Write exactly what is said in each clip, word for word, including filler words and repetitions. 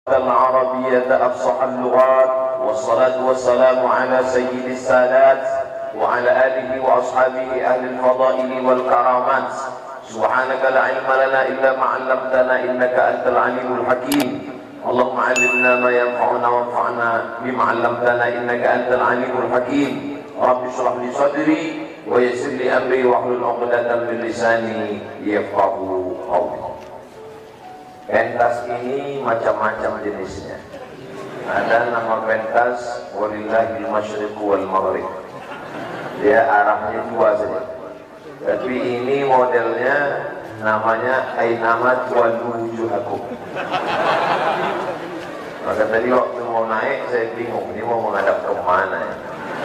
العربية أفصح اللغات والصلاة والسلام على سيد السادات وعلى آله وأصحابه أهل الفضائل والكرامات. سبحانك لا علم لنا إلا ما علمتنا إنك أنت العليم الحكيم. اللهم علمنا ما ينفعنا وانفعنا بما علمتنا إنك أنت العليم الحكيم. رب اشرح لي صدري ويسر لي أمري واحلل عقدة من لساني يفقهوا قولي. Pentas ini macam-macam jenisnya. Ada nama pentas walillahil masyriq wal maghrib. Dia arahnya dua saja. Tapi ini modelnya namanya ainamat wallu wujuhakum. Maka tadi waktu mau naik saya bingung ini mau menghadap ke mana ya.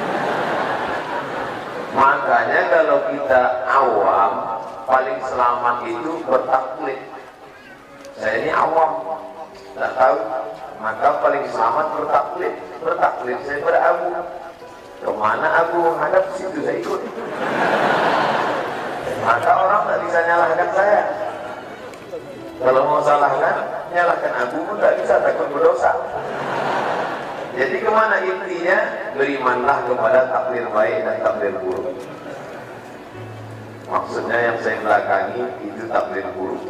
Makanya kalau kita awam paling selamat itu bertaklid. Saya ini awam, tak tahu, maka paling selamat bertaklid. Bertaklid saya pada Abu. Kemana Abu menghadap situ saya ikut. Maka orang tak bisa nyalahkan saya. Kalau mau salahkan, nyalahkan Abu pun tak bisa, takut berdosa. Jadi kemana intinya? Berimanlah kepada takdir baik dan takdir buruk. Maksudnya yang saya belakangi itu takdir buruk.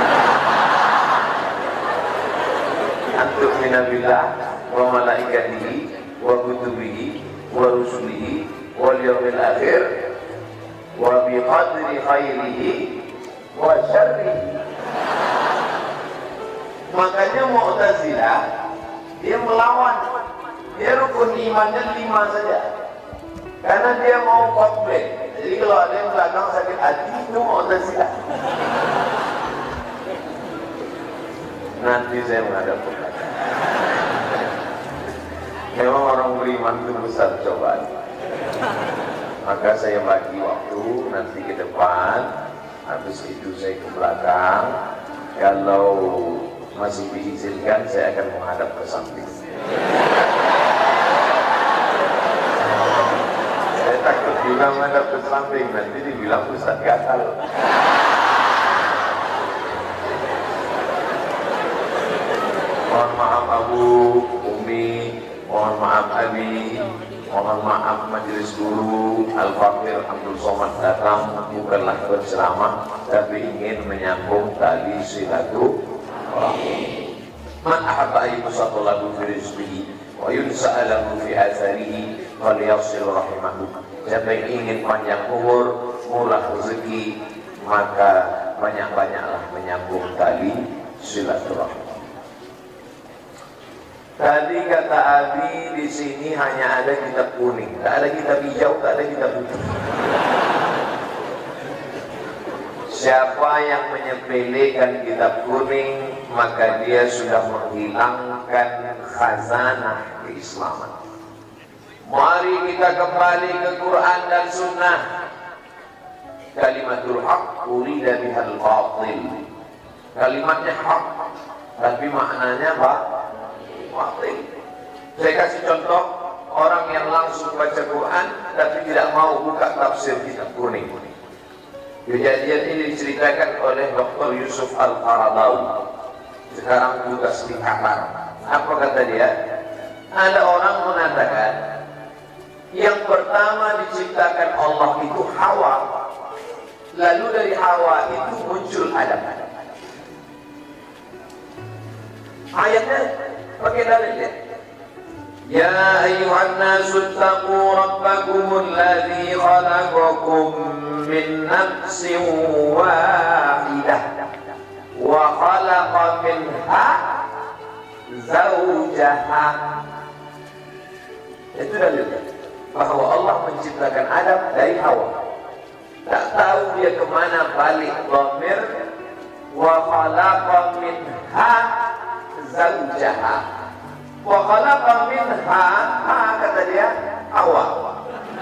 Antuk minabillah wa malaikatihi wa kutubihi wa rusulihi wal yawmil akhir wa bi qadri khairihi wa syarrihi. Makanya Mu'tazilah dia melawan, dia rukun imannya lima saja karena dia mau komplain. Jadi kalau ada yang belakang sakit hati itu Mu'tazilah. Nanti saya menghadap Tuhan. Memang orang beriman itu besar cobaan. Maka saya bagi waktu nanti ke depan, habis itu saya ke belakang. Kalau masih diizinkan, saya akan menghadap ke samping. Saya takut juga menghadap ke samping, nanti dibilang Ustaz gatal. Mohon maaf Abu, Umi, mohon maaf Abi, mohon maaf majelis guru, Al-Fakir Abdul Somad datang bukanlah berceramah, tapi ingin menyambung tali silaturahmi. Man ahabba ayyusatu lahu fi rizqihi wa yunsa'alahu fi atharihi falyasil rahimahu. Siapa yang ingin panjang umur, murah rezeki, maka banyak-banyaklah menyambung tali silaturahmi. Tadi kata Abi di sini hanya ada kitab kuning, tak ada kitab hijau, tak ada kitab putih. Siapa yang menyepelekan kitab kuning, maka dia sudah menghilangkan khazanah keislaman. Mari kita kembali ke Quran dan Sunnah. Kalimatul haq urida bihal batil. Kalimatnya hak, tapi maknanya apa? Batil. Saya kasih contoh orang yang langsung baca Quran tapi tidak mau buka tafsir kitab kuning. Kejadian ini diceritakan oleh Doktor Yusuf Al-Qaradawi. Sekarang tugas di Qatar. Apa kata dia? Ada orang mengatakan yang pertama diciptakan Allah itu Hawa. Lalu dari Hawa itu muncul Adam. Ayatnya pakai dalil ya. Ya ayyuhan nasu taqu rabbakumul ladzi khalaqakum min nafsin wahidah wa khalaqa minha zawjaha. Itu dalil bahwa Allah menciptakan Adam dari Hawa. Tak tahu dia kemana balik dhamir wa khalaqa minha zawjaha. Wa khalaqa minha, ha kata dia Hawa.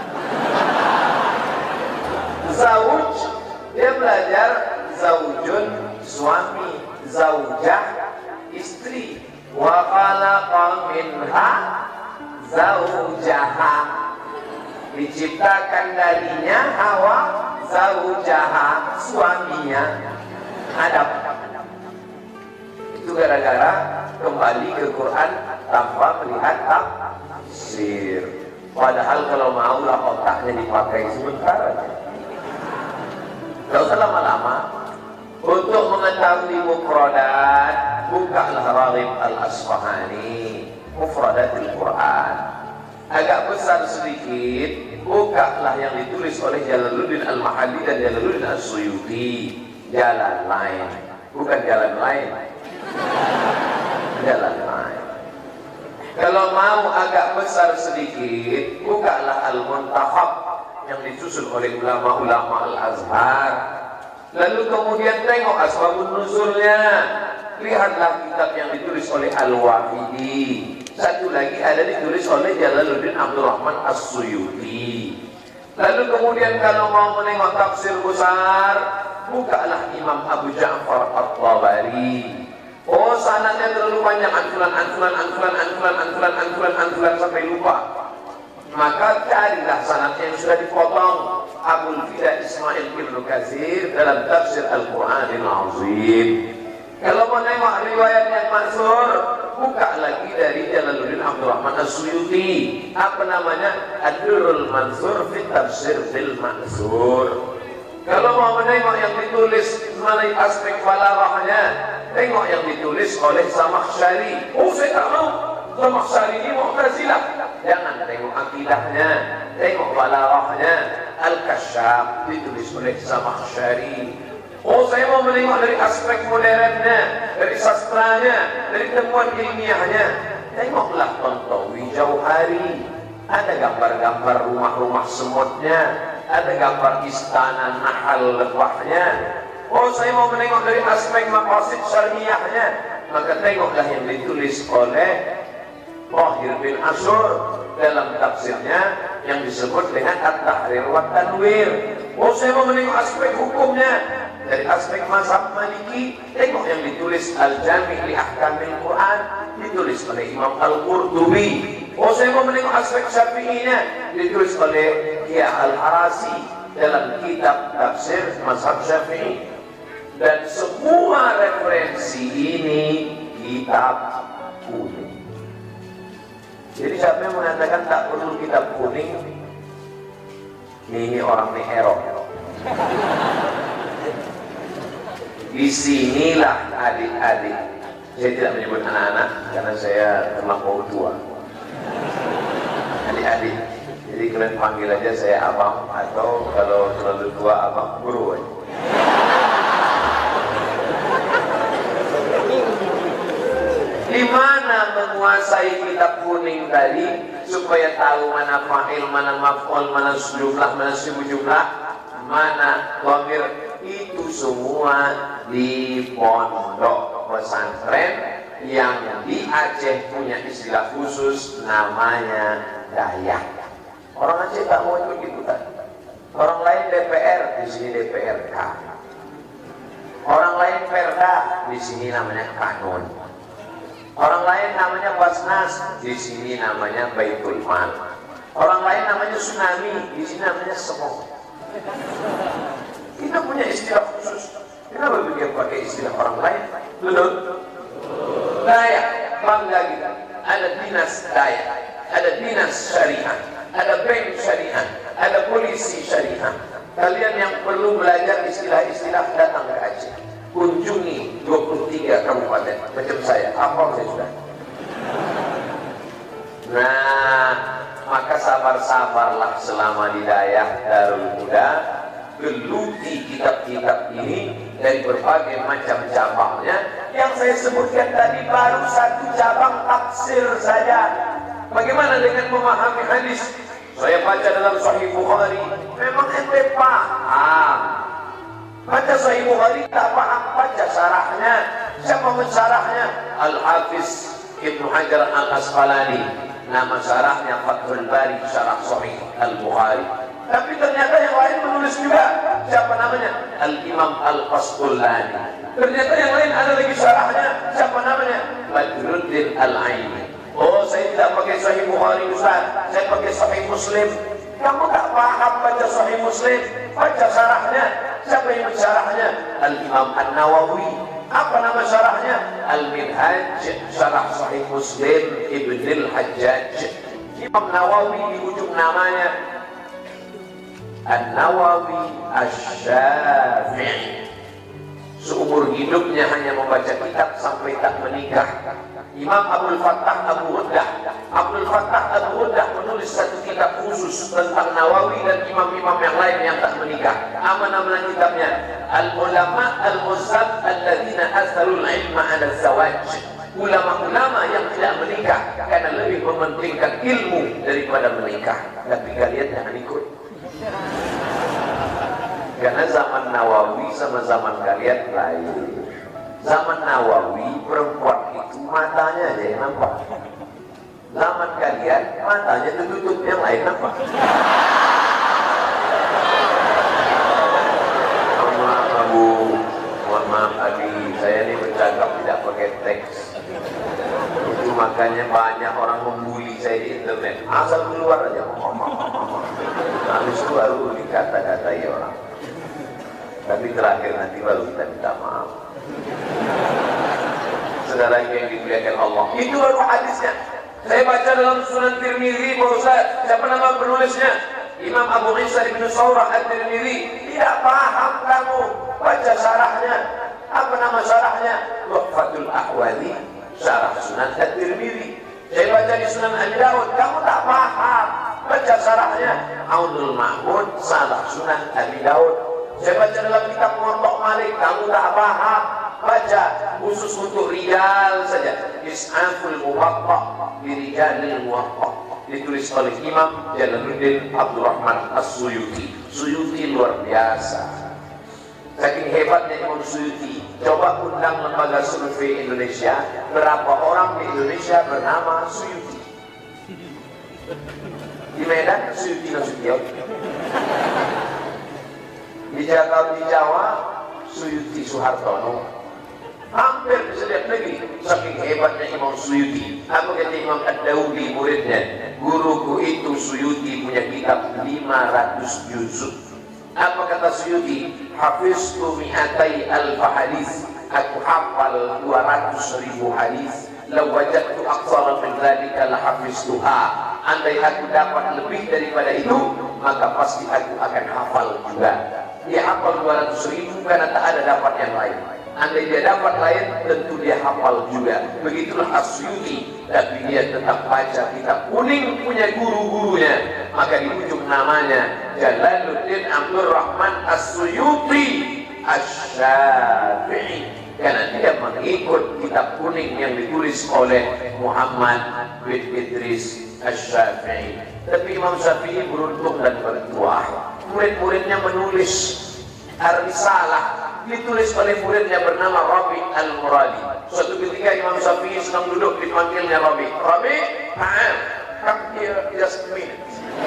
Zauj, dia belajar zaujun suami, zaujah istri. Wa khalaqa minha zaujaha, diciptakan darinya Hawa, zaujaha suaminya Adam. Itu gara-gara kembali ke Quran tanpa melihat tafsir. Padahal kalau maulah otaknya dipakai sebentar aja. Tidak usah lama-lama. Untuk mengetahui mufradat, bukalah Raghib Al-Asfahani, Mufradatul Quran. Agak besar sedikit, bukalah yang ditulis oleh Jalaluddin Al-Mahalli dan Jalaluddin As-Suyuti. Jalan lain, bukan jalan lain. Jalan lain. Kalau mau agak besar sedikit, bukalah Al-Muntakhab yang disusun oleh ulama-ulama Al-Azhar. Lalu kemudian tengok asbabun nuzulnya. Lihatlah kitab yang ditulis oleh Al-Wahidi. Satu lagi ada ditulis oleh Jalaluddin Abdul Rahman As-Suyuti. Lalu kemudian kalau mau menengok tafsir besar, bukalah Imam Abu Ja'far At-Tabari. Oh, sanadnya terlalu banyak, anfulan, anfulan, anfulan, anfulan, anfulan, anfulan, anfulan sampai lupa. Maka carilah sanad yang sudah dipotong. Abul Fida Ismail Ibnu Katsir dalam tafsir Al-Qur'anil Azim. Kalau mau nengok riwayat yang masyhur, buka lagi dari Jalaluddin Abdul Rahman As-Suyuti. Apa namanya? Ad-Durrul Mansur fi Tafsir bil Mansur. Kalau mau menengok yang ditulis mengenai aspek balaghahnya, tengok yang ditulis oleh Zamakhsyari. Oh, saya tak mau. Zamakhsyari ini Mu'tazilah. Jangan tengok akidahnya, tengok balaghahnya. Al-Kasyaf ditulis oleh Zamakhsyari. Oh, saya mau menengok dari aspek modernnya, dari sastranya, dari temuan ilmiahnya. Tengoklah Tontowi Jauhari. Ada gambar-gambar rumah-rumah semutnya, ada gambar istana nahal lebahnya. Oh, saya mau menengok dari aspek maqasid syariahnya, maka tengoklah yang ditulis oleh Tahir bin Ashur dalam tafsirnya yang disebut dengan At-Tahrir wa Tanwir. Oh, saya mau menengok aspek hukumnya dari aspek mazhab Maliki, tengok yang ditulis Al-Jami' li Ahkamil Quran, ditulis oleh Imam Al-Qurtubi. Oh, saya mau menengok aspek Syafi'inya, ditulis oleh Kia Al-Harasi dalam kitab tafsir mazhab Syafi'i. Dan semua referensi ini kitab kuning. Jadi siapa yang mengatakan tak perlu kitab kuning, ini orang nih error. Disinilah adik-adik, saya tidak menyebut anak-anak karena saya terlampau tua. Adik-adik, jadi kalian panggil aja saya abang, atau kalau terlalu tua abang guru aja. Di mana menguasai kitab kuning tadi supaya tahu mana fa'il, mana maf'ul, mana jumlah, mana sibuk jumlah, mana dhamir, itu semua di pondok pesantren yang di Aceh punya istilah khusus namanya Dayak. Orang Aceh tak mau ikut ikutan. Orang lain D P R, di sini D P R K. Orang lain Perda, di sini namanya Kanun. Orang lain namanya Basnas, di sini namanya Baitul Mal. Orang lain namanya Tsunami, di sini namanya Semong. Kita punya istilah khusus. Kenapa dia pakai istilah orang lain? Betul? Dayak, bangga kita. Ada dinas Dayak, ada dinas syariah, ada bank syariah, ada polisi syariah. Kalian yang perlu belajar istilah-istilah datang ke Aceh. Kunjungi dua puluh tiga kabupaten macam saya, apa saya sudah. Nah, maka sabar-sabarlah selama di Dayak Darul Huda, geluti kitab-kitab ini dari berbagai macam cabangnya. Yang saya sebutkan tadi baru satu cabang tafsir saja. Bagaimana dengan memahami hadis? Saya baca dalam Sahih Bukhari, memang ente paham. Baca Sahih Bukhari tak paham, baca syarahnya. Siapa mensyarahnya? Al-Hafiz Ibnu Hajar Al-Asqalani. Nama syarahnya Fathul Bari, syarah Sahih Al-Bukhari. Tapi ternyata yang lain menulis juga. Siapa namanya? Al-Imam Al-Qasdullani. Ternyata yang lain ada lagi syarahnya. Siapa namanya? Badruddin Al-Aini. Oh, saya tidak pakai Sahih Bukhari Ustaz, saya pakai Sahih Muslim. Kamu tak paham baca Sahih Muslim, baca syarahnya. Siapa yang mensyarahnya? Al-Imam An-Nawawi. Apa nama syarahnya? Al-Minhaj Syarah Sahih Muslim Ibnul Hajjaj. Imam Nawawi di ujung namanya An-Nawawi Asy-Syafi'i. Seumur hidupnya hanya membaca kitab sampai tak menikah. Imam Abdul Fattah Abu Uddah Abdul Fattah Abu Uddah menulis satu kitab khusus tentang Nawawi dan imam-imam yang lain yang tak menikah. Apa nama kitabnya? Al-Ulama Al-Muzzab Alladzina Azharul Ilma Ala Zawaj. Ulama-ulama yang tidak menikah karena lebih mementingkan ilmu daripada menikah. Tapi kalian jangan ikut, karena zaman Nawawi sama zaman kalian lain. Zaman Nawawi perempuan itu matanya aja yang nampak. Zaman kalian matanya tertutup, yang lain nampak. Mohon maaf Abu, mohon maaf Abi, saya ini bercakap tidak pakai teks. Itu makanya banyak orang membuli saya di internet. Asal keluar aja ngomong. Habis itu baru dikata-katai orang. Tapi terakhir nanti baru kita minta maaf. Saudara yang dimuliakan Allah, itu baru hadisnya. Saya baca dalam Sunan Tirmidzi, Pak Ustaz. Siapa nama penulisnya? Imam Abu Isa Ibn Saurah At-Tirmidzi. Tidak paham kamu, baca syarahnya. Apa nama syarahnya? Tuhfatul Ahwali Syarah Sunan At-Tirmidzi. Saya baca di Sunan Abi Dawud, kamu tak paham, baca syarahnya. Aunul Ma'bud Syarah Sunan Abi Dawud. Saya baca dalam kitab Muwatta Malik, kamu tak paham, baca khusus untuk rijal saja. Is'aful Muwatta bi Rijalil Muwatta, ditulis oleh Imam Jalaluddin Abdurrahman As-Suyuti. Suyuti luar biasa. Saking hebatnya Imam Suyuti, coba undang lembaga survei Indonesia, berapa orang di Indonesia bernama Suyuti? Di Medan Suyuti Nasution. Di Jakarta, di Jawa, Suyuti Soehartono. Hampir di setiap negeri, saking hebatnya Imam Suyuti. Apa kata Imam Ad-Dawudi muridnya? Guruku itu Suyuti punya kitab lima ratus juzuk. Apa kata Suyuti? Hafiztu mi'atai alfa hadis. Aku hafal dua ratus ribu hadis. Law wajadtu aqsara min dzalika la hafiztuha. Andai aku dapat lebih daripada itu, maka pasti aku akan hafal juga. Dia hafal dua ratus ribu karena tak ada dapat yang lain. Andai dia dapat lain, tentu dia hafal juga. Begitulah As-Suyuti. Tapi dia tetap baca kitab kuning punya guru-gurunya. Maka di ujung namanya Jalaluddin Abdurrahman As-Suyuti Asy-Syafi'i, karena dia mengikut kitab kuning yang ditulis oleh Muhammad bin Idris Asy-Syafi'i. Tapi Imam Syafi'i beruntung dan bertuah. Murid-muridnya menulis Ar-Risalah, ditulis oleh muridnya bernama Rabi Al-Muradi. Suatu ketika Imam Syafi'i sedang duduk, dipanggilnya Rabi. Rabi, ta'al, come here just a minute.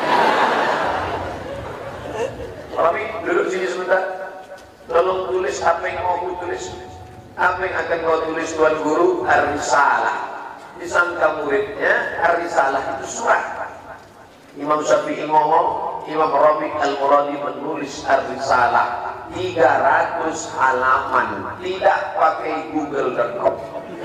Rabi, duduk sini sebentar. Tolong tulis apa yang mau aku tulis. Apa yang akan kau tulis Tuan Guru? Ar-Risalah. Disangka muridnya Ar-Risalah itu surat. Imam Syafi'i ngomong, Imam Rabi Al-Muradi menulis Ar-Risalah tiga ratus halaman, tidak pakai Google dot com.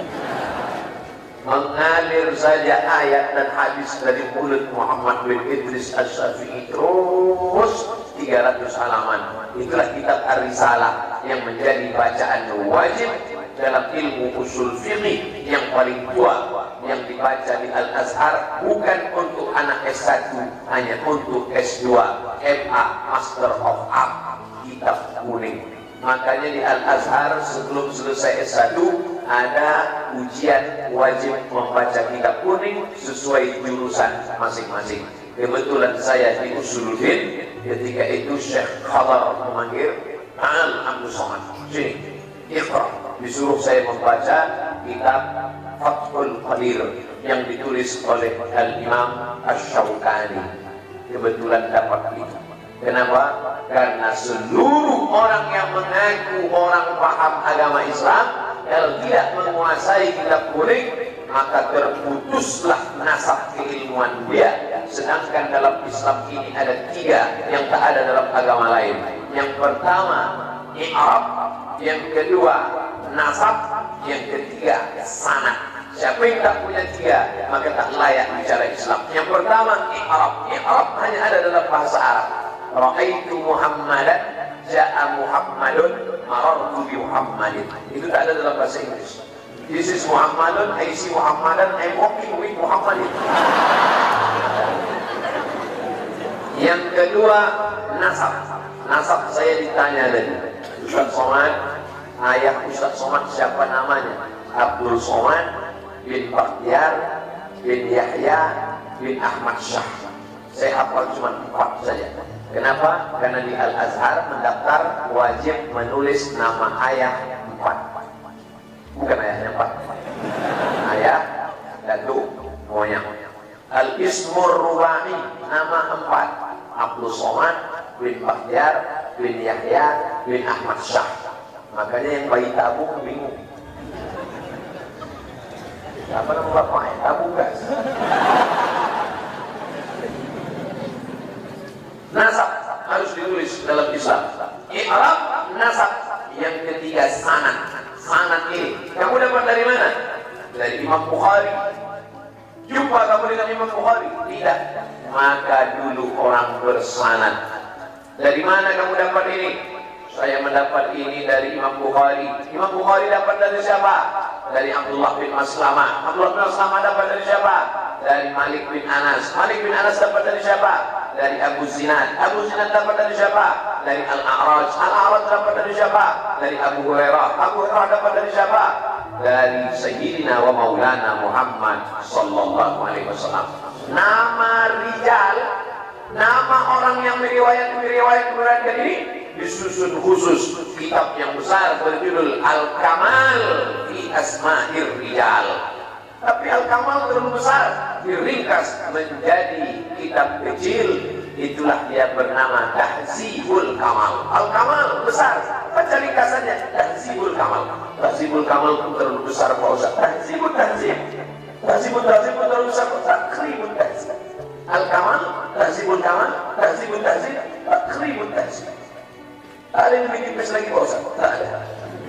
Mengalir saja ayat dan hadis dari mulut Muhammad bin Idris Asy-Syafi'i terus tiga ratus halaman. Itulah kitab Ar-Risalah yang menjadi bacaan wajib dalam ilmu usul fiqih yang paling tua, yang dibaca di Al-Azhar, bukan untuk anak S satu, hanya untuk S dua, M A, Master of Art, kitab kuning. Makanya di Al-Azhar sebelum selesai S satu ada ujian wajib membaca kitab kuning sesuai jurusan masing-masing. Kebetulan saya di Usuluddin, ketika itu Syekh Khadar memanggil, Ta'al Abdul Somad, sini, ikhra. Disuruh saya membaca kitab Fathul Qadir yang ditulis oleh Al-Imam Asy-Syaukani. Kebetulan dapat itu. Kenapa? Karena seluruh orang yang mengaku orang paham agama Islam, kalau tidak menguasai kitab kuning, maka terputuslah nasab keilmuan dia. Sedangkan dalam Islam ini ada tiga yang tak ada dalam agama lain. Yang pertama, i'rab. Yang kedua, nasab, yang ketiga sanad. Siapa yang tak punya tiga, maka tak layak bicara Islam. Yang pertama, i'rab. I'rab hanya ada dalam bahasa Arab. Ra'aitu Muhammadan, ja'a Muhammadun, marartu bi Muhammadin. Itu tak ada dalam bahasa Inggris. This is Muhammadun, I see Muhammadan, I'm walking with Muhammadin. Yang kedua, nasab. Nasab saya ditanya tadi, Ustaz Somad, ayah Ustaz Somad siapa namanya? Abdul Somad bin Bakhtiar bin Yahya bin Ahmad Syah. Saya hafal cuma empat saja. Kenapa? Karena di Al-Azhar mendaftar wajib menulis nama ayah empat. Bukan ayahnya empat. Ayah, datuk, moyang. Al-Ismur Rubai, nama empat. Abdul Somad bin Bakhtiar bin Yahya bin Ahmad Syah. Makanya yang bayi tabung bingung. Apa nama bapaknya? Tabung gas. Nasab harus ditulis dalam Islam. I'rab, nasab. Yang ketiga sanad. Sanad ini kamu dapat dari mana? Dari Imam Bukhari. Jumpa kamu dengan Imam Bukhari? Tidak. Maka dulu orang bersanad. Dari mana kamu dapat ini? Saya mendapat ini dari Imam Bukhari. Imam Bukhari dapat dari siapa? Dari Abdullah bin Maslamah. Abdullah bin Maslamah dapat dari siapa? Dari Malik bin Anas. Malik bin Anas dapat dari siapa? Dari Abu Zinad. Abu Zinad dapat dari siapa? Dari Al-A'raj. Al-A'raj dapat dari siapa? Dari Abu Hurairah. Abu Hurairah dapat dari siapa? Dari Sayyidina wa Maulana Muhammad sallallahu alaihi wasallam. Nama rijal, nama orang yang meriwayat meriwayat meriwayatkan ini disusun khusus kitab yang besar berjudul Al-Kamal fi Asma'ir Rijal. Tapi Al-Kamal terlalu besar, diringkas menjadi kitab kecil. Itulah dia bernama Tahzibul Kamal. Al-Kamal besar, baca ringkasannya Tahzibul Kamal. Tahzibul Kamal pun terlalu besar Pak Ustaz. Tahzibul Tahzib, Tahzibul Tahzib pun terlalu besar. Takribul Tahzib. Al-Kamal, Tahzibul Kamal, Tahzibul Tahzib, Takribul Tahzib. Ada yang bikin mes lagi Pak Ustaz? Tak ada.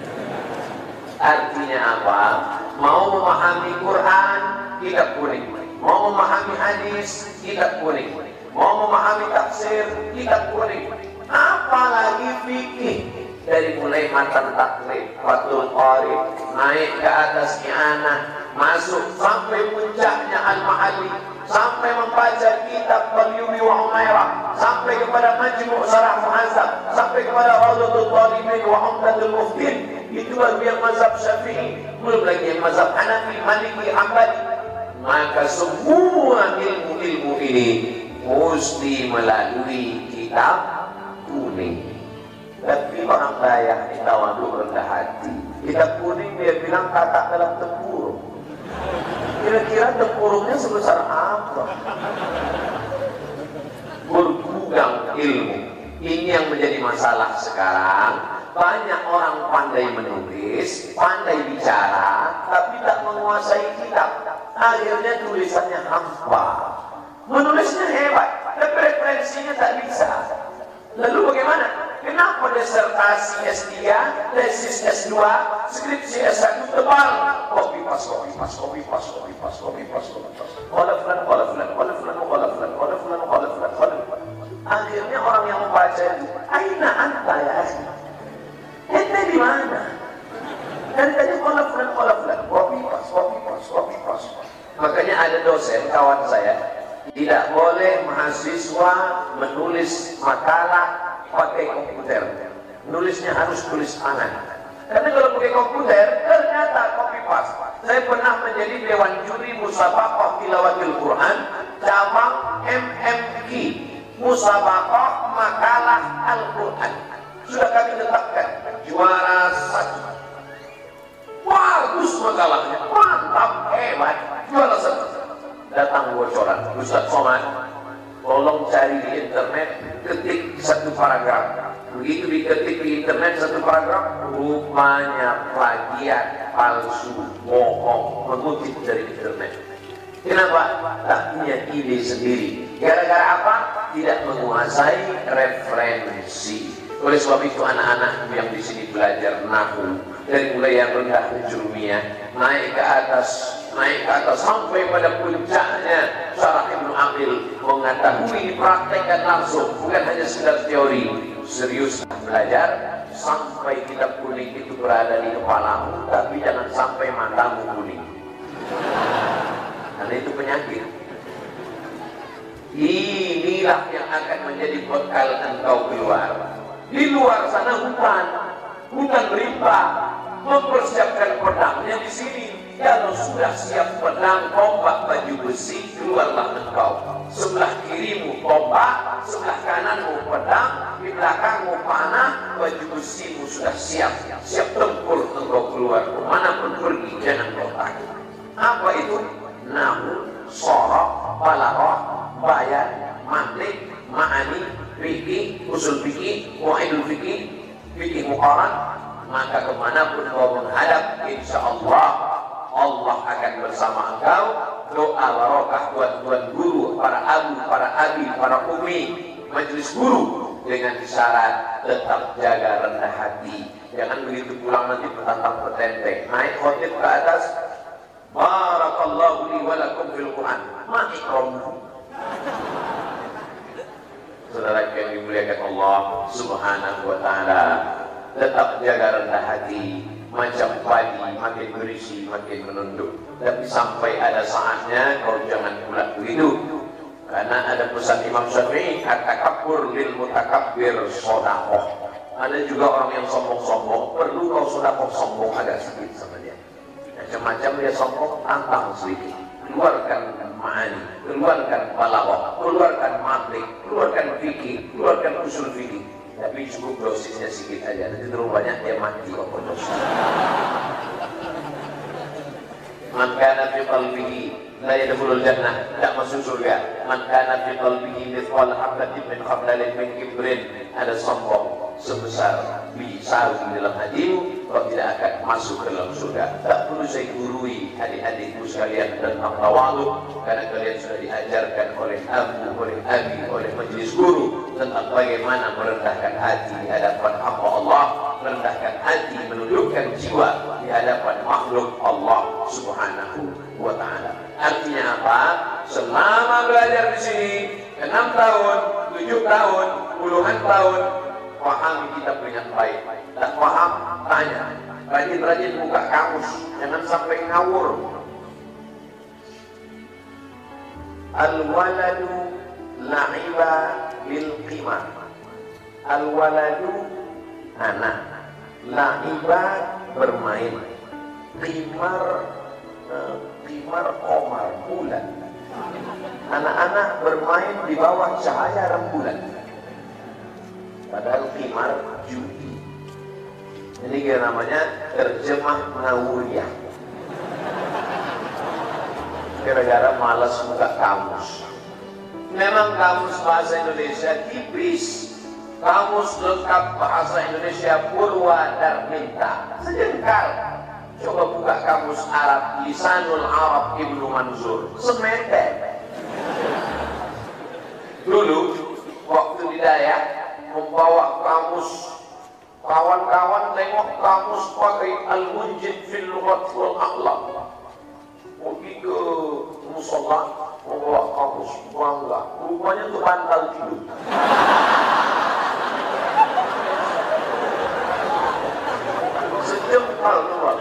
Artinya apa? Mau memahami Quran, kitab kuning. Mau memahami hadis, kitab kuning. Mau memahami tafsir, kitab kuning. Apalagi fikih. Dari mulai matan taklid, fatul qarib, naik ke atas i'anah, masuk sampai puncaknya Al-Mahalli, sampai membaca kitab Qalyubi wa Umairah, sampai kepada Majmu' Syarah Muhazzab, sampai kepada Rawdatul Talibin wa Umdatul Muftin. Itu baru yang mazhab Syafi'i, belum lagi yang mazhab Hanafi, Maliki, Hambali. Maka semua ilmu-ilmu ini mesti melalui kitab kuning. Tapi orang kaya kita waduh rendah hati. Kitab kuning dia bilang kata dalam tempurung. Kira-kira tempurungnya sebesar apa? Bergudang ilmu. Ini yang menjadi masalah sekarang. Banyak orang pandai menulis, pandai bicara, tapi tak menguasai kitab. Akhirnya tulisannya hampa. Menulisnya hebat, tapi referensinya tak bisa. Lalu bagaimana? Kenapa disertasi S tiga, tesis S dua, skripsi S satu tebal? Copy pas, copy pas, copy pas, copy pas, copy pas, copy pas. Qala fulan, qala fulan, qala fulan, qala fulan, qala fulan, qala fulan, qala fulan. Akhirnya orang yang membaca itu, aina anta ya akhi? Ente di mana? Dari tadi qala fulan, qala fulan, copy pas, copy pas, copy pas. Makanya ada dosen kawan saya, tidak boleh mahasiswa menulis makalah pakai komputer. Nulisnya harus tulis tangan. Karena kalau pakai komputer, ternyata copy paste. Saya pernah menjadi dewan juri musabaqah tilawatil Quran cabang M M Q, musabaqah makalah Al-Quran. Sudah kami tetapkan juara satu. Bagus makalahnya, mantap, hebat, juara satu. Datang bocoran, Ustaz Somad, tolong cari di internet, ketik satu paragraf. Begitu diketik di internet satu paragraf, rupanya plagiat, palsu, bohong, mengutip dari internet. Kenapa? Tak punya ide sendiri. Gara-gara apa? Tidak menguasai referensi. Oleh sebab itu anak-anak yang di sini belajar nahu dari mulai yang rendah ujurumiyah naik ke atas, naik ke atas sampai pada puncaknya Syarah Ibnu Aqil mengetahui dipraktekkan langsung, bukan hanya sekedar teori. Serius belajar sampai kitab kuning itu berada di kepalamu, tapi jangan sampai matamu kuning, karena itu penyakit. Inilah yang akan menjadi bekal engkau keluar. Di luar sana hutan, hutan rimba, mempersiapkan pedangnya di sini. Kalau sudah siap pedang, tombak, baju besi, keluarlah engkau. Sebelah kirimu tombak, sebelah kananmu pedang, di belakangmu panah, baju besimu sudah siap, siap tempur engkau keluar. Kemanapun pergi, jangan kau takut. Apa itu? Nahu, sorok, balaghah, bayan, mantik, ma'ani, fikih, usul fikih, mu'idul fikih, fikih muqaran. Maka kemanapun kau menghadap, insya Allah Allah akan bersama engkau. Doa barokah tuan-tuan guru, para abu, para abi, para umi, majelis guru, dengan syarat tetap jaga rendah hati. Jangan begitu pulang nanti petantang petenteng. Naik khotib ke atas, barakallahu li wa lakum fil Quran, ma'ikromu. Saudara yang dimuliakan Allah Subhanahu wa ta'ala, tetap jaga rendah hati. Macam padi makin berisi makin menunduk, tapi sampai ada saatnya kau jangan pula begitu, karena ada pesan Imam Syafi'i, at-takabbur lil mutakabbir shadaqah. Ada juga orang yang sombong-sombong, perlu kau shadaqah sombong agak sedikit sama dia. Macam-macam dia sombong, tantang sedikit, keluarkan ma'ani, keluarkan balaghah, keluarkan mantik, keluarkan fikih, keluarkan usul fikih. Tapi cukup dosisnya sedikit aja, nanti terlalu banyak dia mati kok dosa. Man kana fi qalbihi la yadkhulul jannah, tidak masuk surga. Man kana fi qalbihi mithqal habatin min khardalin min kibrin, ada sombong sebesar biji sawi di dalam hatimu, kau tidak akan masuk ke dalam surga. Tak perlu saya gurui adik-adikku sekalian tentang tawadhu, karena kalian sudah diajarkan oleh abu, oleh abi, oleh majelis guru tentang bagaimana merendahkan hati di hadapan hamba Allah, merendahkan hati, menundukkan jiwa di hadapan makhluk Allah Subhanahu wa ta'ala. Artinya apa? Selama belajar di sini enam tahun, tujuh tahun, puluhan tahun, pahami kitab dengan baik. Tak paham, tanya. Rajin-rajin buka kamus, jangan sampai ngawur. Al-waladu la'iba bil qimar. Al-waladu anak, la'iba bermain, qimar qimar qamar bulan. Anak-anak bermain di bawah cahaya rembulan. Padahal qimar judi. Ini kira namanya terjemah ngawuriyah. Gara-gara malas buka kamus. Memang kamus bahasa Indonesia tipis. Kamus lengkap bahasa Indonesia Purwadarminta sejengkal. Coba buka kamus Arab Lisanul Arab Ibnu Manzur, semeter. Dulu waktu di Dayak membawa kamus, kawan-kawan tengok kamus pakai Al-Munjid fil Lughat wal Akhlaq. Pergi ke musola membawa kamus, bangga. Rupanya itu bantal tidur. Sejempal keluar.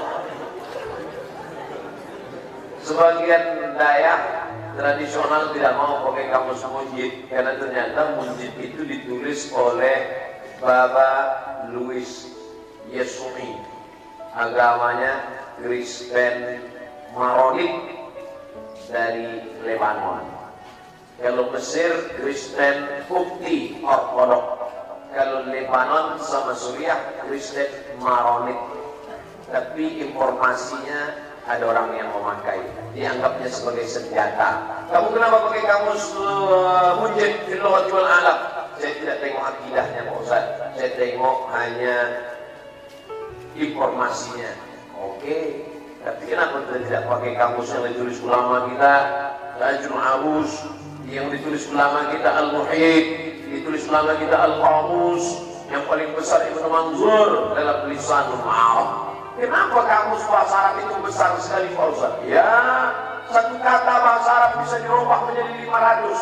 Sebagian Dayak tradisional tidak mau pakai kamus Munjid, karena ternyata Munjid itu ditulis oleh Baba Louis Yesumi, agamanya Kristen Maronit dari Lebanon. Kalau Mesir Kristen Kopti Ortodok, kalau Lebanon sama Suriah Kristen Maronit. Tapi informasinya ada orang yang memakai, dianggapnya sebagai senjata. Kamu kenapa pakai kamus uh, Munjid fil Lughat wal Akhlaq? Saya tidak tengok akidahnya Pak Ustaz, saya tengok hanya informasinya. Oke, tapi kenapa kita tidak pakai kamus yang ditulis ulama kita, Tajul Arus, yang ditulis ulama kita Al-Muhid, ditulis ulama kita Al-Qamus, yang paling besar Ibnu Manzur dalam Lisanul Ma'arif. Kenapa kamus bahasa Arab itu besar sekali Pak Ustaz? Ya, satu kata bahasa Arab bisa dirubah menjadi lima ratus.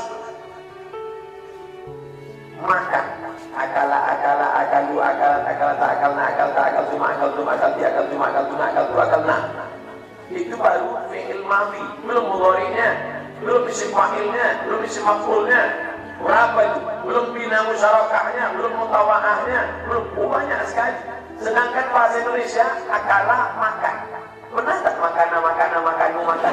Makan, akala, akala, akalu, akalan, akala, tak akalna, akal, tak akal, cuma akal, cuma akal, ti akal, cuma akal, cuma akal, tu akal, nah. Itu baru fi'il madhi, belum mudhari'nya, belum isim fa'ilnya, belum isim maf'ulnya. Berapa itu? Belum bina musyarakahnya, belum mutawa'ahnya, belum, oh, banyak sekali. Sedangkan bahasa Indonesia akala makan. Pernah tak makan, makan, makan, makan?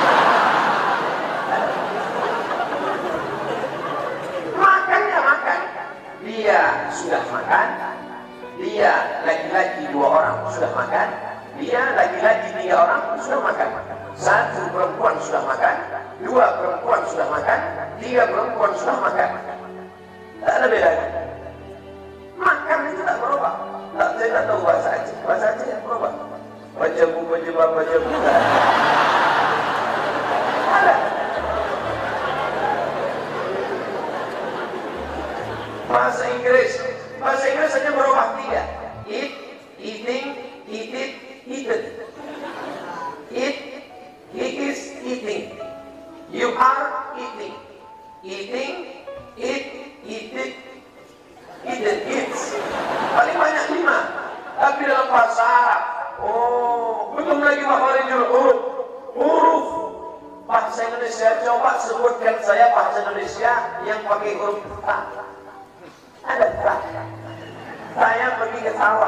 Makannya makan. Dia sudah makan. Dia laki-laki dua orang sudah makan. Dia laki-laki tiga orang sudah makan. Satu perempuan sudah makan. Dua perempuan sudah makan. Tiga perempuan sudah makan. Tak ada bedanya. Makan itu tak berubah. Tak, saya tak tahu bahasa Aceh. Bahasa Aceh yang berubah. Baca bu, baca bu, baca bu. Ada. Bahasa Inggris. Bahasa Inggris hanya berubah tiga. Eat, eating, eat it, eaten. Eat, he is eating. You are eating. Eating, eat, eat it, eaten, eats. Paling banyak lima. Tapi dalam bahasa Arab, oh, belum lagi makharijul huruf. Huruf. Bahasa Indonesia, coba sebutkan saya bahasa Indonesia yang pakai huruf ta. Ada ta. Saya pergi ke sawah.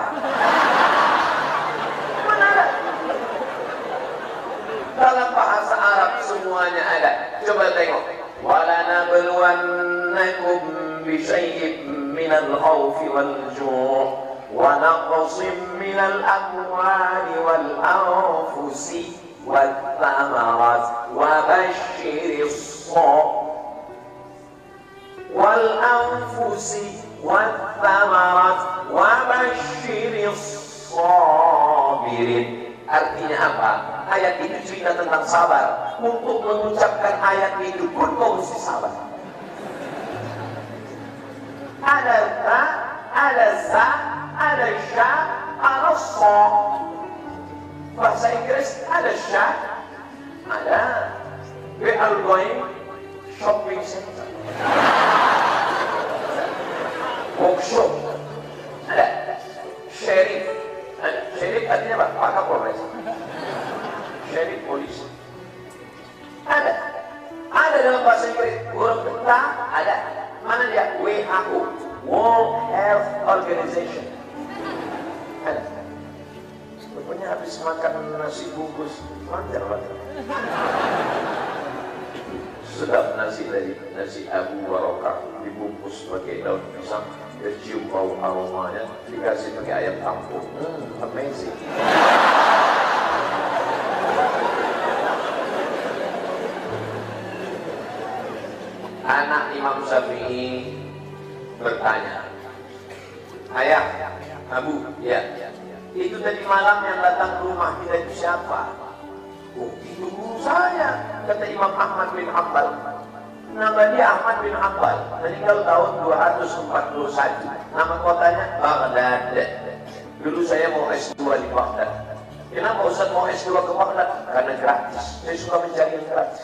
Mana ada? Dalam bahasa Arab semuanya ada. Coba tengok. وَلَنَبْلُوَنَّكُمْ بِشَيْءٍ مِّنَ الْخَوْفِ وَالْجُوعِ وَنَقْصٍ مِّنَ الْأَمْوَالِ وَالْأَنفُسِ وَالثَّمَرَاتِ وَبَشِّرِ الصَّابِرِينَ وَالْأَنفُسِ وَالثَّمَرَاتِ وَبَشِّرِ الصَّابِرِينَ. Artinya apa? Ayat itu cerita tentang sabar. Untuk mengucapkan ayat itu pun kau mesti sabar. Ada ta, ada sa, ada sya, ada so. Bahasa Inggris ada sya, ada we are going shopping center, workshop, ada sheriff. Sheriff artinya apa? Pak Kapolres. Sheriff polisi. Ada. Ada dalam bahasa Inggris. Huruf ta ada. Mana dia? W H O. World Health Organization. Ada. Rupanya habis makan nasi bungkus manjar banget. Sedap nasi dari nasi Abu Barokah dibungkus pakai daun pisang. Dia cium bau aromanya, dikasih pakai ayam kampung. Hmm, amazing. Anak Imam Syafi'i bertanya, ayah, Abu, ya, itu tadi malam yang datang ke rumah kita itu siapa? Oh, itu guru saya, kata Imam Ahmad bin Hanbal. Nama dia Ahmad bin Hanbal, meninggal tahun dua ratus empat puluh satu. Nama kotanya Baghdad. Dulu saya mau S dua di Baghdad. Kenapa Ustaz mau S dua ke Baghdad? Karena gratis. Saya suka mencari yang gratis.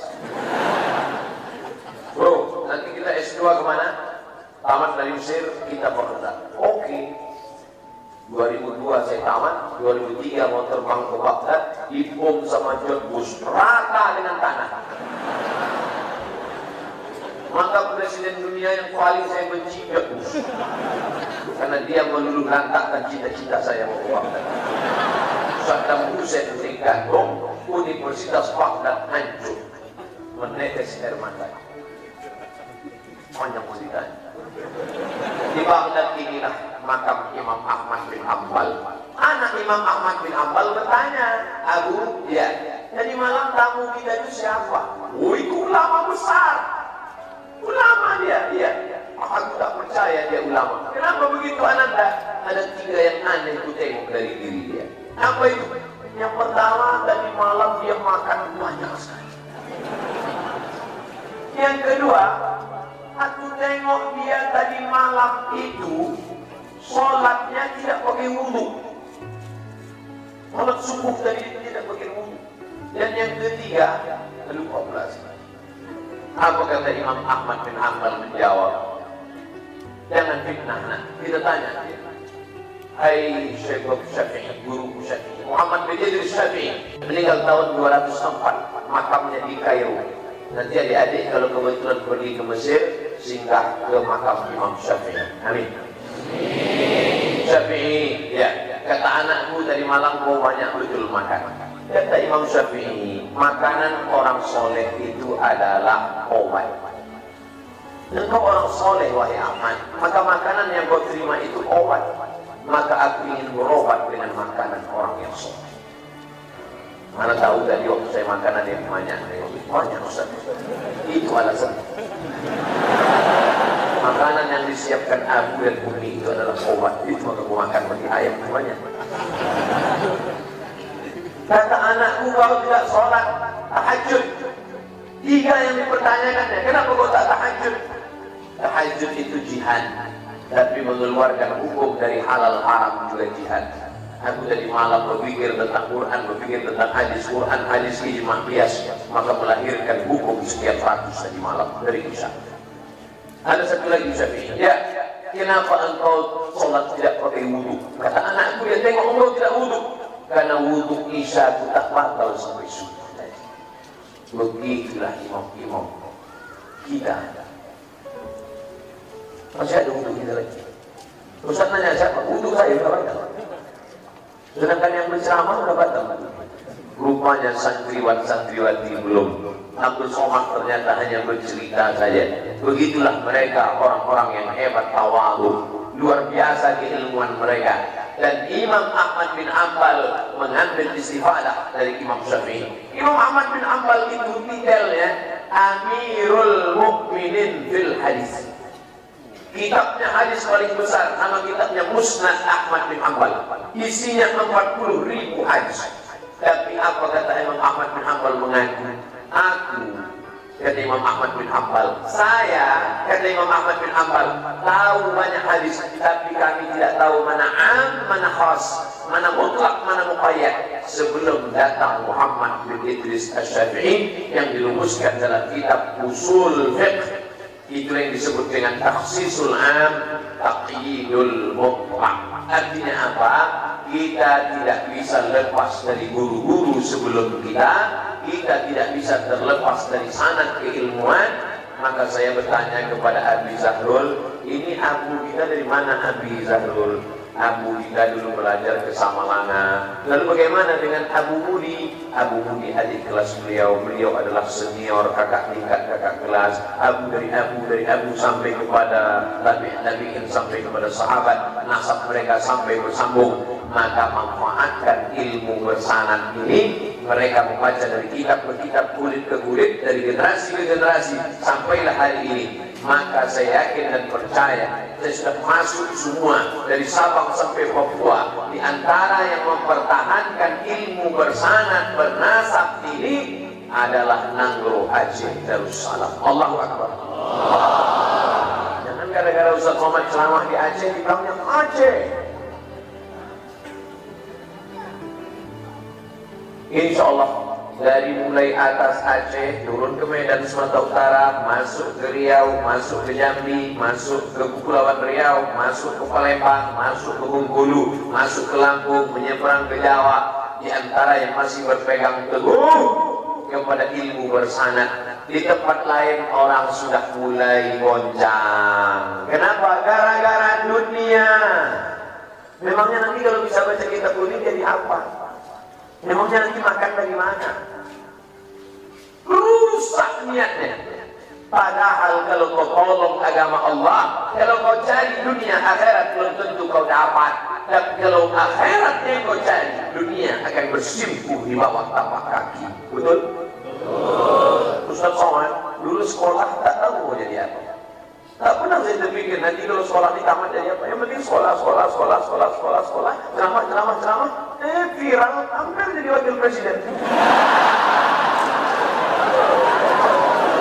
Bro, nanti kita S dua kemana? Tamat dari Mesir, kita Baghdad. Oke. dua ribu dua saya tamat, dua ribu tiga mau terbang ke Baghdad, dibom sama George Bush, rata dengan tanah. Maka presiden dunia yang paling saya benci George Bush, karena dia meluluh lantakkan cita-cita saya mau ke Baghdad. Saddam Hussein tergantung, Universitas Baghdad hancur, menetes air mata. Panjang ceritanya. Di Baghdad inilah makam Imam Ahmad bin Hanbal. Anak Imam Ahmad bin Hanbal bertanya, Abu, ya, jadi malam tamu kita itu siapa? Oh, itu ulama besar. Ulama dia, iya. Aku tak percaya dia ulama. Kenapa begitu Ananda? Ada tiga yang aneh ku tengok dari diri dia. Apa itu? Yang pertama, tadi malam dia makan banyak sekali. Yang kedua, aku tengok dia tadi malam itu sholatnya tidak pakai wudhu. Sholat subuh tadi tidak pakai wudhu. Dan yang ketiga, lupa pula. Apa kata Imam Ahmad bin Hanbal menjawab? Jangan fitnah, nah. Kita tanya, hai Syekh Syafi'i, guru Syafi'i, Muhammad bin Idris Syafi'i, meninggal tahun dua ratus empat, makamnya di Kairo. Nanti adik-adik kalau kebetulan pergi ke Mesir, singgah ke makam Imam Syafi'i. Amin. Syafi'i, ya, kata anakku tadi malam kau banyak betul makan. Kata Imam Syafi'i, makanan orang soleh itu adalah obat. Engkau orang soleh wahai Ahmad, maka makanan yang kau terima itu obat. Maka aku ingin berobat dengan makanan orang yang soleh. Mana tahu tadi waktu saya makan ada yang banyak, banyak Ustaz. Itu alasan. Makanan yang disiapkan Abu dan Umi itu adalah obat. Itu maka aku makan bagi ayam banyak. Kata anakku, kau tidak sholat tahajud. Tiga yang dipertanyakannya, kenapa kau tak tahajud? Tahajud itu jihad, tapi mengeluarkan hukum dari halal haram juga jihad. Aku tadi malam berpikir tentang Quran, berpikir tentang hadis, Quran, hadis, ijma' qiyas, maka melahirkan hukum sekian ratus tadi malam dari Isya. Ada satu lagi Syafi'i. Ya, kenapa engkau sholat tidak pakai wudhu? Kata anakku, ya tengok engkau tidak wudhu. Karena wudhu Isya itu tak batal sampai subuh. Begitulah imam-imam kita. Masih ada wudhu kita lagi. Ustaz nanya siapa? Wudhu saya sudah batal. Sedangkan yang berceramah sudah batal. Rupanya santriwan-santriwati belum. Abdul Somad ternyata hanya bercerita saja. Begitulah mereka orang-orang yang hebat tawadhu, luar biasa keilmuan mereka. Dan Imam Ahmad bin Hanbal mengambil istifadah dari Imam Syafi'i. Imam Ahmad bin Hanbal itu titelnya Amirul Mukminin fil Hadis. Kitabnya hadis paling besar, nama kitabnya Musnad Ahmad bin Hanbal. Isinya empat puluh ribu hadis. Tapi apa kata Imam Ahmad bin Hanbal mengaku? Aku, kata Imam Ahmad bin Hanbal, saya, kata Imam Ahmad bin Hanbal, tahu banyak hadis, tapi kami tidak tahu mana am, mana khas, mana mutlak, mana muqayyad. Sebelum datang Muhammad bin Idris Asy-Syafi'i yang dirumuskan dalam kitab Usul Fiqh, itu yang disebut dengan takhsisul am, taqyidul mutlaq. Artinya apa? Kita tidak bisa lepas dari guru-guru sebelum kita, kita tidak bisa terlepas dari sanad keilmuan. Maka saya bertanya kepada Abi Zahrul, ini Abu kita dari mana Abi Zahrul? Abu kita dulu belajar ke Samalanga. Lalu bagaimana dengan Abu Budi? Abu Budi adik kelas beliau, beliau adalah senior kakak tingkat kakak kelas. Abu dari Abu dari Abu sampai kepada tabi'in tabi'in sampai kepada sahabat, nasab mereka sampai bersambung. Maka manfaatkan ilmu bersanad ini. Mereka membaca dari kitab ke kitab, kulit ke kulit, dari generasi ke generasi, sampailah hari ini. Maka saya yakin dan percaya, saya sudah masuk semua dari Sabang sampai Papua. Di antara yang mempertahankan ilmu bersanad bernasab ini adalah Nanggro Aceh Darussalam. Allahu Akbar. Jangan gara-gara Ustaz Muhammad ceramah di Aceh dibilangnya Aceh. Insya Allah dari mulai atas Aceh turun ke Medan Sumatera Utara, masuk ke Riau, masuk ke Jambi, masuk ke Kepulauan Riau, masuk ke Palembang, masuk ke Bengkulu, masuk ke Lampung, menyeberang ke Jawa. Di antara yang masih berpegang teguh kepada ilmu bersanad, di tempat lain orang sudah mulai goncang. Kenapa? Gara-gara dunia. Memangnya nanti kalau bisa baca kitab ini jadi apa? Memangnya nanti makan dari mana? Rusak niatnya. Padahal kalau kau tolong agama Allah, kalau kau cari dunia akhirat belum tentu kau dapat. Tapi kalau akhiratnya kau cari, dunia akan bersimpuh di bawah tapak kaki. Betul? Betul. Ustaz Somad dulu sekolah tak tahu mau jadi apa. Tak pernah saya terpikir nanti kalau sekolah di tamat jadi apa. Yang penting sekolah, sekolah, sekolah, sekolah, sekolah, sekolah, ceramah, ceramah, ceramah. Eh viral, hampir jadi wakil presiden.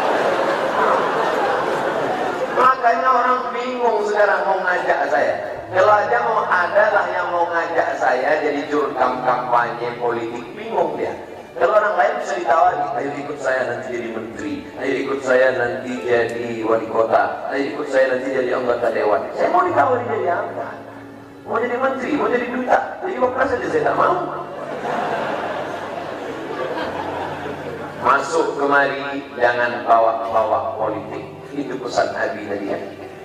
Makanya orang bingung sekarang mau ngajak saya. Kalau aja mau ada lah yang mau ngajak saya jadi jurkam kampanye politik, bingung dia. Kalau orang lain bisa ditawari, ayo ikut saya nanti jadi menteri, ayo ikut saya nanti jadi wali kota, ayo ikut saya nanti jadi anggota dewan. Saya mau ditawari jadi apa? Mau jadi menteri, mau jadi duta, jadi wakil saja saya tak mau. Masuk kemari, jangan bawa-bawa politik. Itu pesan Nabi tadi ya.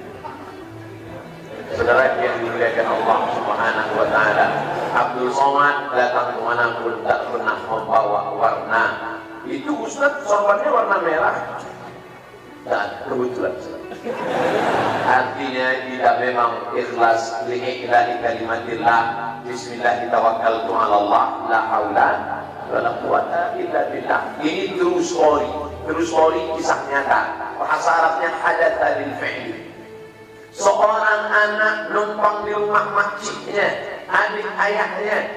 Saudara yang dimuliakan Allah Subhanahu wa taala, Abdul Somad datang kemana pun tak pernah membawa warna. Itu Ustaz sorbannya warna merah. Dan kebetulan artinya tidak memang ikhlas li'iqlali kalimatillah. Bismillah tawakkaltu 'ala Allah, la haula wala quwwata illa billah. Ini true story, true story kisah nyata. Bahasa Arabnya hadatsa bil fi'li. Seorang anak numpang di rumah makciknya, adik ayahnya,